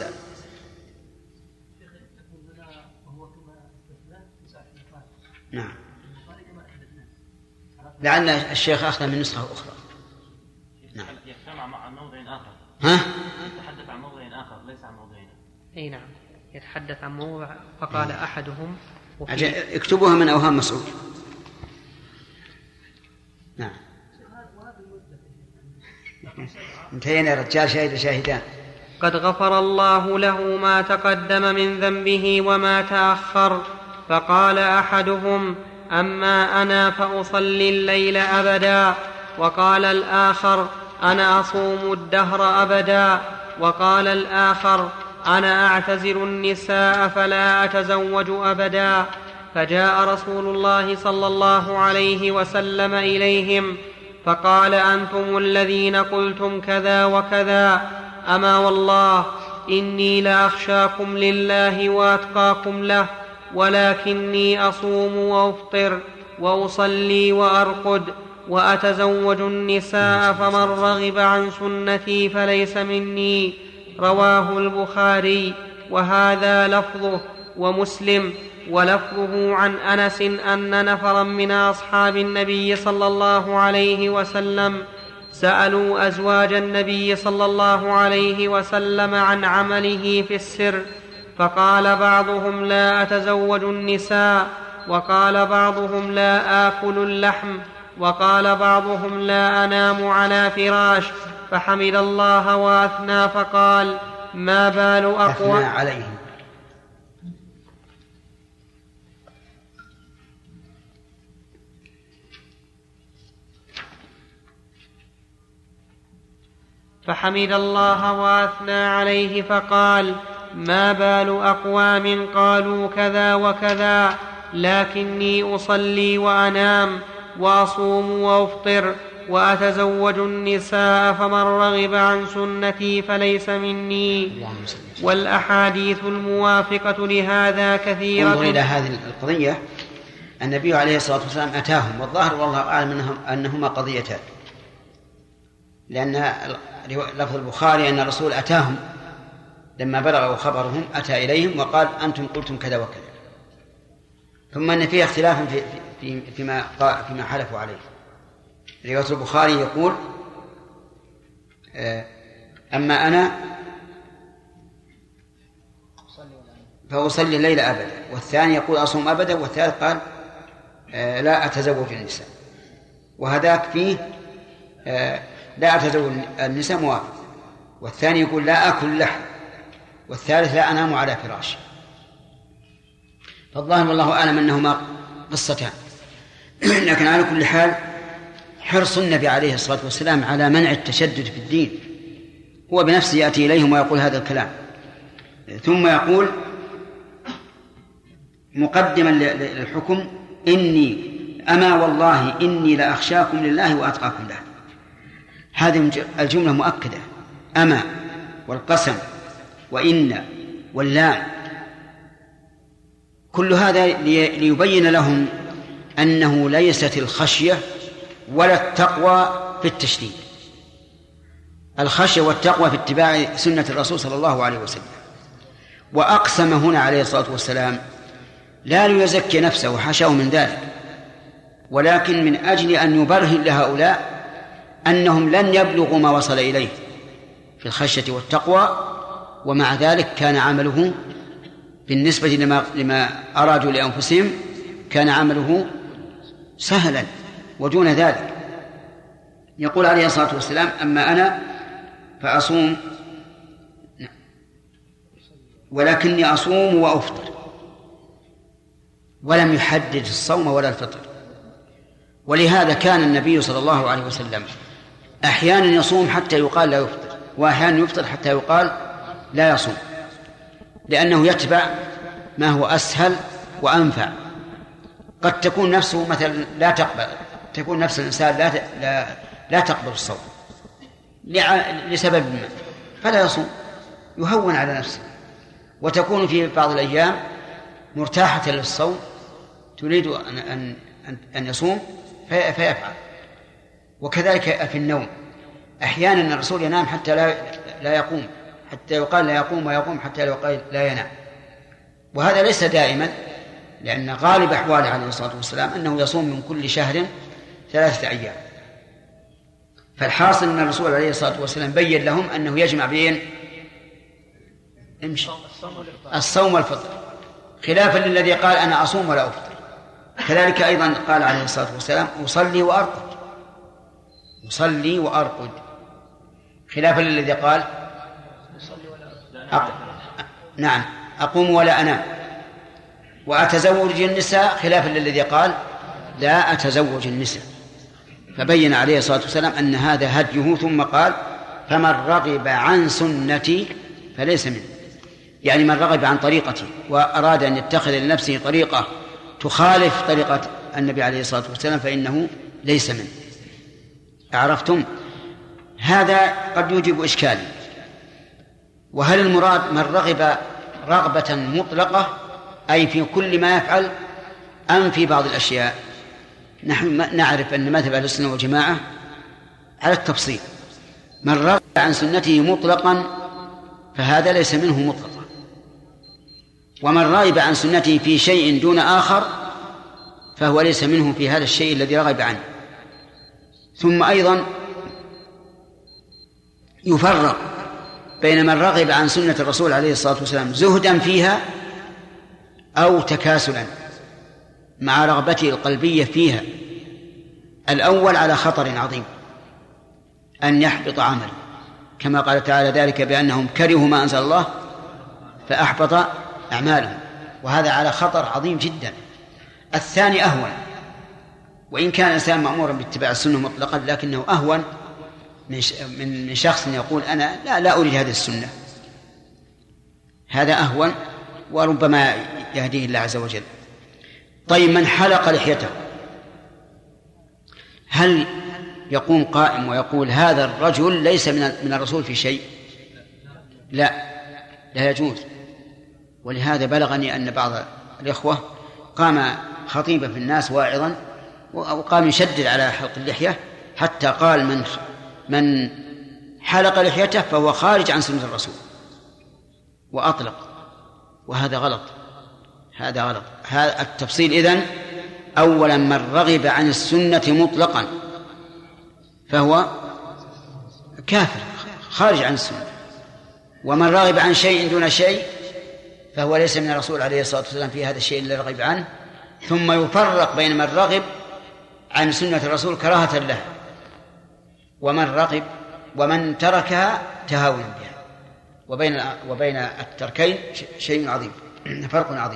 نعم، لعل الشيخ أخذ من نسخة أخرى.
نعم. يجتمع مع موضع آخر.
ها؟
يتحدث عن موضع آخر ليس عن موضعين.
أي نعم، يتحدث عن موضع فقال أحدهم.
اكتبوها من أوهام مسعود. نعم. انتهينا يا رجال، شاهدان.
قد غفر الله له ما تقدم من ذنبه وما تأخر. فقال أحدهم: أما أنا فأصلي الليل أبدا. وقال الآخر: أنا أصوم الدهر أبدا. وقال الآخر: أنا أعتزل النساء فلا أتزوج أبدا. فجاء رسول الله صلى الله عليه وسلم إليهم فقال: أنتم الذين قلتم كذا وكذا، أما والله إني لأخشاكم لله وأتقاكم له، ولكني أصوم وأفطر وأصلي وأرقد وأتزوج النساء، فمن رغب عن سنتي فليس مني. رواه البخاري وهذا لفظه، ومسلم ولفظه عن أنس أن نفرا من أصحاب النبي صلى الله عليه وسلم سألوا أزواج النبي صلى الله عليه وسلم عن عمله في السر، فقال بعضهم: لا أتزوج النساء، وقال بعضهم: لا آكل اللحم، وقال بعضهم: لا أنام على فراش. فحمد الله وأثنى فقال: ما بال أقوى
عليهم.
فحمد الله وأثنى عليه فقال: ما بال أقوام قالوا كذا وكذا، لكني أصلي وأنام وأصوم وأفطر وأتزوج النساء، فمن رغب عن سنتي فليس مني. والأحاديث الموافقة لهذا كثيرة.
انظر إلى هذه القضية، النبي عليه الصلاة والسلام أتاهم، والظاهر والله أعلم أنهما قضيتان، لأن لفظ البخاري أن الرسول أتاهم لما بلغوا خبرهم، أتى إليهم وقال: أنتم قلتم كذا وكذا. ثم أن فيه اختلاف فيما حلفوا عليه. رواية البخاري يقول: أما أنا فأصلي الليل أبدا، والثاني يقول: أصوم أبدا، والثالث قال: لا أتزوج النساء. وهذاك فيه لا أتزوج النساء موافق، والثاني يقول: لا أكل اللحم، والثالث: لا أنام على فراش. فالظاهر والله أعلم أنهما قصتان. لكن على كل حال حرص النبي عليه الصلاة والسلام على منع التشدد في الدين، هو بنفسه يأتي إليهم ويقول هذا الكلام، ثم يقول مقدما للحكم: إني أما والله إني لأخشاكم لله وأتقاكم له. هذه الجملة مؤكدة، أما والقسم وإن واللام، كل هذا ليبين لهم أنه ليست الخشية ولا التقوى في التشديد. الخشية والتقوى في اتباع سنة الرسول صلى الله عليه وسلم. وأقسم هنا عليه الصلاة والسلام لا ليزكي نفسه، حاشاه من ذلك، ولكن من أجل أن يبرهن لهؤلاء أنهم لن يبلغوا ما وصل إليه في الخشية والتقوى، ومع ذلك كان عمله بالنسبة لما أرادوا لأنفسهم كان عمله سهلا ودون ذلك. يقول عليه الصلاة والسلام: أما أنا فأصوم، ولكني أصوم وأفطر، ولم يحدد الصوم ولا الفطر. ولهذا كان النبي صلى الله عليه وسلم أحيانا يصوم حتى يقال لا يفطر، وأحيانا يفطر حتى يقال لا يصوم، لأنه يتبع ما هو أسهل وأنفع. قد تكون نفسه مثلا لا تقبل، تكون نفس الإنسان لا تقبل الصوم لسبب ما، فلا يصوم، يهون على نفسه. وتكون في بعض الأيام مرتاحة للصوم تريد أن يصوم فيفعل. وكذلك في النوم، أحيانا الرسول ينام حتى لا يقوم، حتى يقال لا يقوم، ويقوم حتى يقال لا ينام. وهذا ليس دائما، لأن غالب أحواله عليه الصلاة والسلام أنه يصوم من كل شهر 3 أيام. فالحاصل أن الرسول عليه الصلاة والسلام بين لهم أنه يجمع بين الصوم والفطر، خلافا للذي قال أنا أصوم ولا أفطر. كذلك أيضا قال عليه الصلاة والسلام أصلي وأرقد، خلافا للذي قال نعم أقوم ولا أنام، وأتزوج النساء، خلافا للذي قال لا أتزوج النساء. فبين عليه الصلاة والسلام أن هذا هديه، ثم قال فمن رغب عن سنتي فليس منه، يعني من رغب عن طريقتي وأراد أن يتخذ لنفسه طريقة تخالف طريقة النبي عليه الصلاة والسلام فإنه ليس منه. عرفتم؟ هذا قد يوجب إشكالا. وهل المراد من رغب رغبة مطلقة أي في كل ما يفعل، أم في بعض الأشياء؟ نحن نعرف أن مذهب أهل السنة والجماعة على التفصيل. من رغب عن سنته مطلقا فهذا ليس منه مطلقا، ومن رغب عن سنته في شيء دون آخر فهو ليس منه في هذا الشيء الذي رغب عنه. ثم أيضا يفرق بين من رغب عن سنة الرسول عليه الصلاة والسلام زهدا فيها أو تكاسلا مع رغبته القلبية فيها. الأول على خطر عظيم أن يحبط عمله، كما قال تعالى ذلك بأنهم كرهوا ما أنزل الله فأحبط أعمالهم، وهذا على خطر عظيم جدا. الثاني أهون، وإن كان الإنسان مأمورا باتباع السنة مطلقا لكنه أهون من شخص يقول أنا لا أريد هذه السنة. هذا أهون وربما يهديه الله عز وجل. طيب من حلق لحيته هل يقوم قائم ويقول هذا الرجل ليس من الرسول في شيء؟ لا يجوز. ولهذا بلغني أن بعض الإخوة قام خطيبا في الناس واعظا وقام يشدد على حلق اللحية حتى قال من حلق لحيته فهو خارج عن سنة الرسول وأطلق، وهذا غلط. هذا التفصيل. إذن أولا من رغب عن السنة مطلقا فهو كافر خارج عن السنة، ومن رغب عن شيء دون شيء فهو ليس من الرسول عليه الصلاة والسلام في هذا الشيء الذي رغب عنه. ثم يفرق بين من رغب عن سنة الرسول كراهة له ومن تركها تهاونا بها، وبين التركين شيء عظيم، فرق عظيم.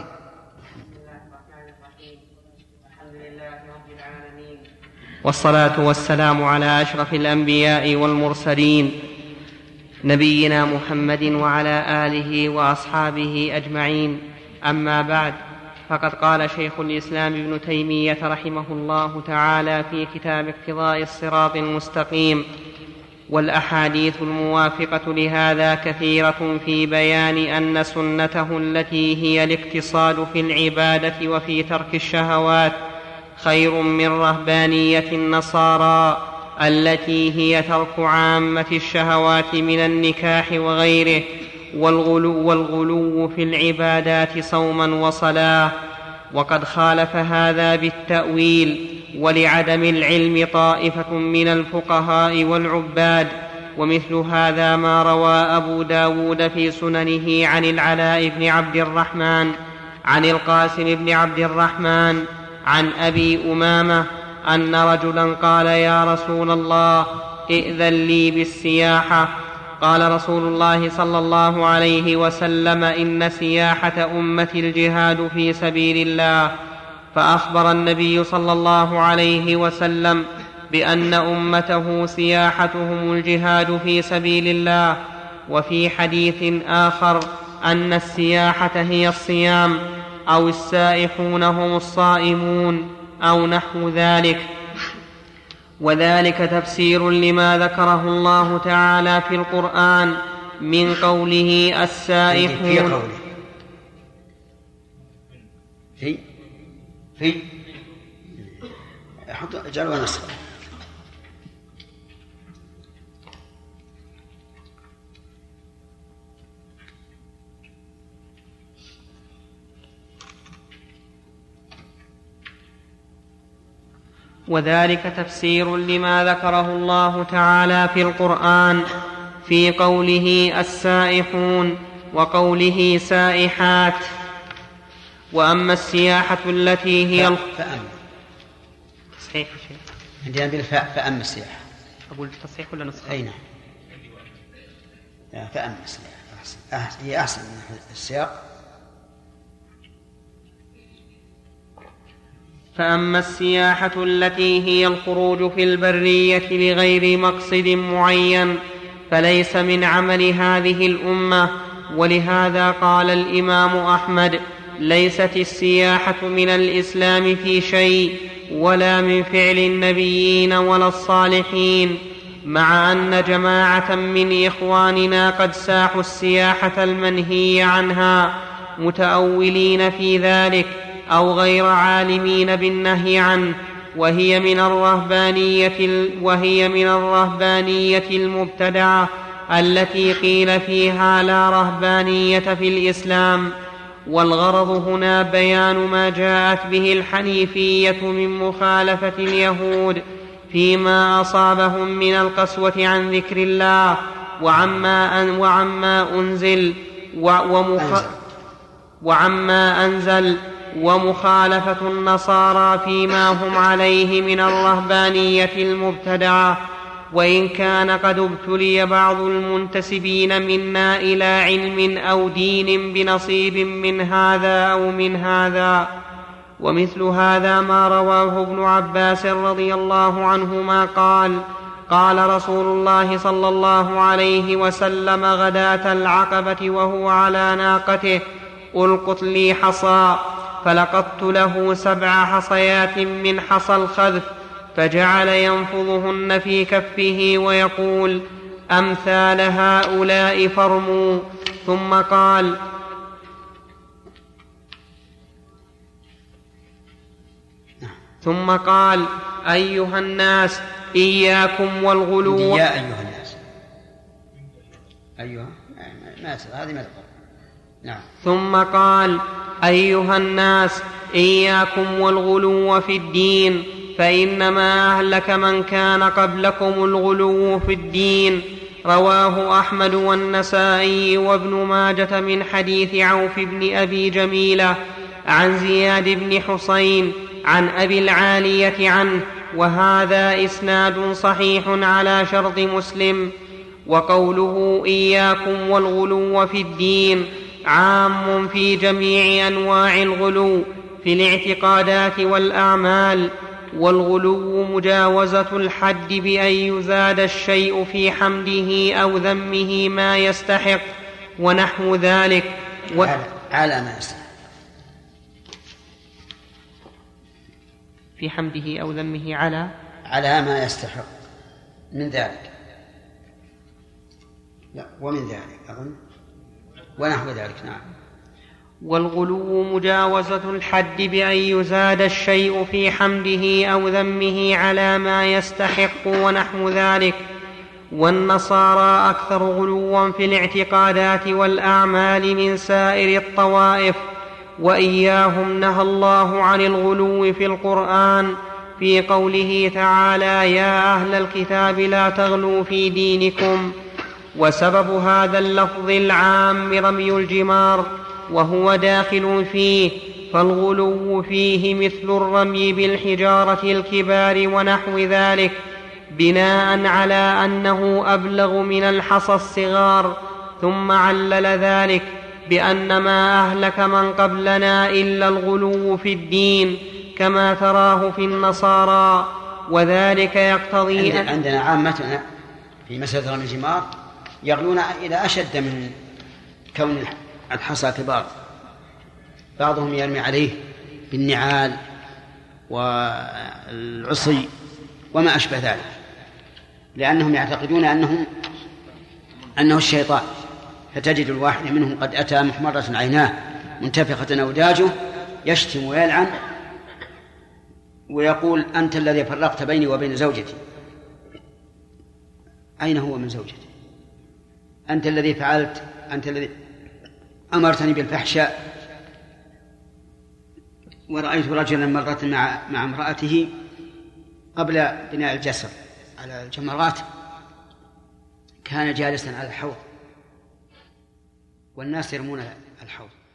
والصلاة والسلام على أشرف الأنبياء والمرسلين نبينا محمد وعلى آله وأصحابه أجمعين. أما بعد، فقد قال شيخ الإسلام ابن تيمية رحمه الله تعالى في كتاب اقتضاء الصراط المستقيم: والأحاديث الموافقة لهذا كثيرة في بيان أن سنته التي هي الاقتصاد في العبادة وفي ترك الشهوات خير من رهبانية النصارى التي هي ترك عامة الشهوات من النكاح وغيره، والغلو في العبادات صوما وصلاة. وقد خالف هذا بالتأويل ولعدم العلم طائفة من الفقهاء والعباد. ومثل هذا ما روى أبو داود في سننه عن العلاء بن عبد الرحمن عن القاسم بن عبد الرحمن عن أبي أمامة أن رجلا قال: يا رسول الله، ائذن لي بالسياحة. قال رسول الله صلى الله عليه وسلم: إن سياحة أمتي الجهاد في سبيل الله. فأخبر النبي صلى الله عليه وسلم بأن أمته سياحتهم الجهاد في سبيل الله. وفي حديث آخر أن السياحة هي الصيام، أو السائحون هم الصائمون، أو نحو ذلك. وذلك تفسير لما ذكره الله تعالى في القرآن من قوله السائحون
في اجعلوها نسخة.
وذلك تفسير لما ذكره الله تعالى في القرآن في قوله السائحون وقوله سائحات. وأما السياحة التي هي
تصحيح شيء عندنا بالفاء فأما السياحة.
أقول تصحيح ولا نسخة؟
أي نعم فأما السياحة هي أحسن من السياق.
فأما السياحة التي هي الخروج في البرية لغير مقصد معين فليس من عمل هذه الأمة. ولهذا قال الإمام أحمد: ليست السياحة من الإسلام في شيء ولا من فعل النبيين ولا الصالحين، مع أن جماعة من إخواننا قد ساحوا السياحة المنهي عنها متأولين في ذلك أو غير عالمين بالنهي عنه، وهي من الرهبانية المبتدعة التي قيل فيها لا رهبانية في الإسلام. والغرض هنا بيان ما جاءت به الحنيفية من مخالفة اليهود فيما أصابهم من القسوة عن ذكر الله وعما أنزل ومخالفة النصارى فيما هم عليه من الرهبانية المبتدعة. وإن كان قد ابتلي بعض المنتسبين منا إلى علم أو دين بنصيب من هذا أو من هذا. ومثل هذا ما رواه ابن عباس رضي الله عنهما قال رسول الله صلى الله عليه وسلم غداة العقبة وهو على ناقته: ألقط لي حصى، فلقطت له 7 حصيات من حصى الخذف، فجعل ينفضهن في كفه ويقول: أمثال هؤلاء فرموا. ثم قال: أيها الناس إياكم والغلو.
يا أيها الناس أيها هذه ما تقول. نعم.
ثم قال: أيها الناس إياكم والغلو في الدين، فإنما أهلك من كان قبلكم الغلو في الدين. رواه أحمد والنسائي وابن ماجة من حديث عوف بن أبي جميلة عن زياد بن حسين عن أبي العالية عنه، وهذا إسناد صحيح على شرط مسلم. وقوله إياكم والغلو في الدين عام في جميع أنواع الغلو في الاعتقادات والأعمال. والغلو مجاوزة الحد بأن يزاد الشيء في حمده أو ذمه ما يستحق ونحو ذلك.
على ما يستحق،
في حمده أو ذمه
على ما يستحق من ذلك. لا، ومن ذلك أظن ونحو ذلك. نعم.
والغلو مجاوزة الحد بأن يزاد الشيء في حمده أو ذمه على ما يستحق ونحو ذلك. والنصارى أكثر غلوا في الاعتقادات والأعمال من سائر الطوائف، وإياهم نهى الله عن الغلو في القرآن في قوله تعالى: يا أهل الكتاب لا تغلوا في دينكم. وسبب هذا اللفظ العام رمي الجمار، وهو داخل فيه، فالغلو فيه مثل الرمي بالحجارة الكبار ونحو ذلك، بناء على أنه أبلغ من الحصى الصغار. ثم علل ذلك بأن ما أهلك من قبلنا إلا الغلو في الدين كما تراه في النصارى. وذلك يقتضي
عندنا عامتنا في مسألة رمي الجمار يغلون إلى أشد من كون الحصى كبار. بعضهم يرمي عليه بالنعال والعصي وما أشبه ذلك، لأنهم يعتقدون أنه الشيطان. فتجد الواحد منهم قد أتى محمرة عيناه منتفخة أوداجه يشتم ويلعن ويقول أنت الذي فرقت بيني وبين زوجتي، أين هو من زوجتي؟ أنت الذي فعلت، أنت الذي أمرتني بالفحشاء. ورأيت رجلا مرة مع امرأته قبل بناء الجسر على الجمرات، كان جالسا على الحوض والناس يرمون الحوض،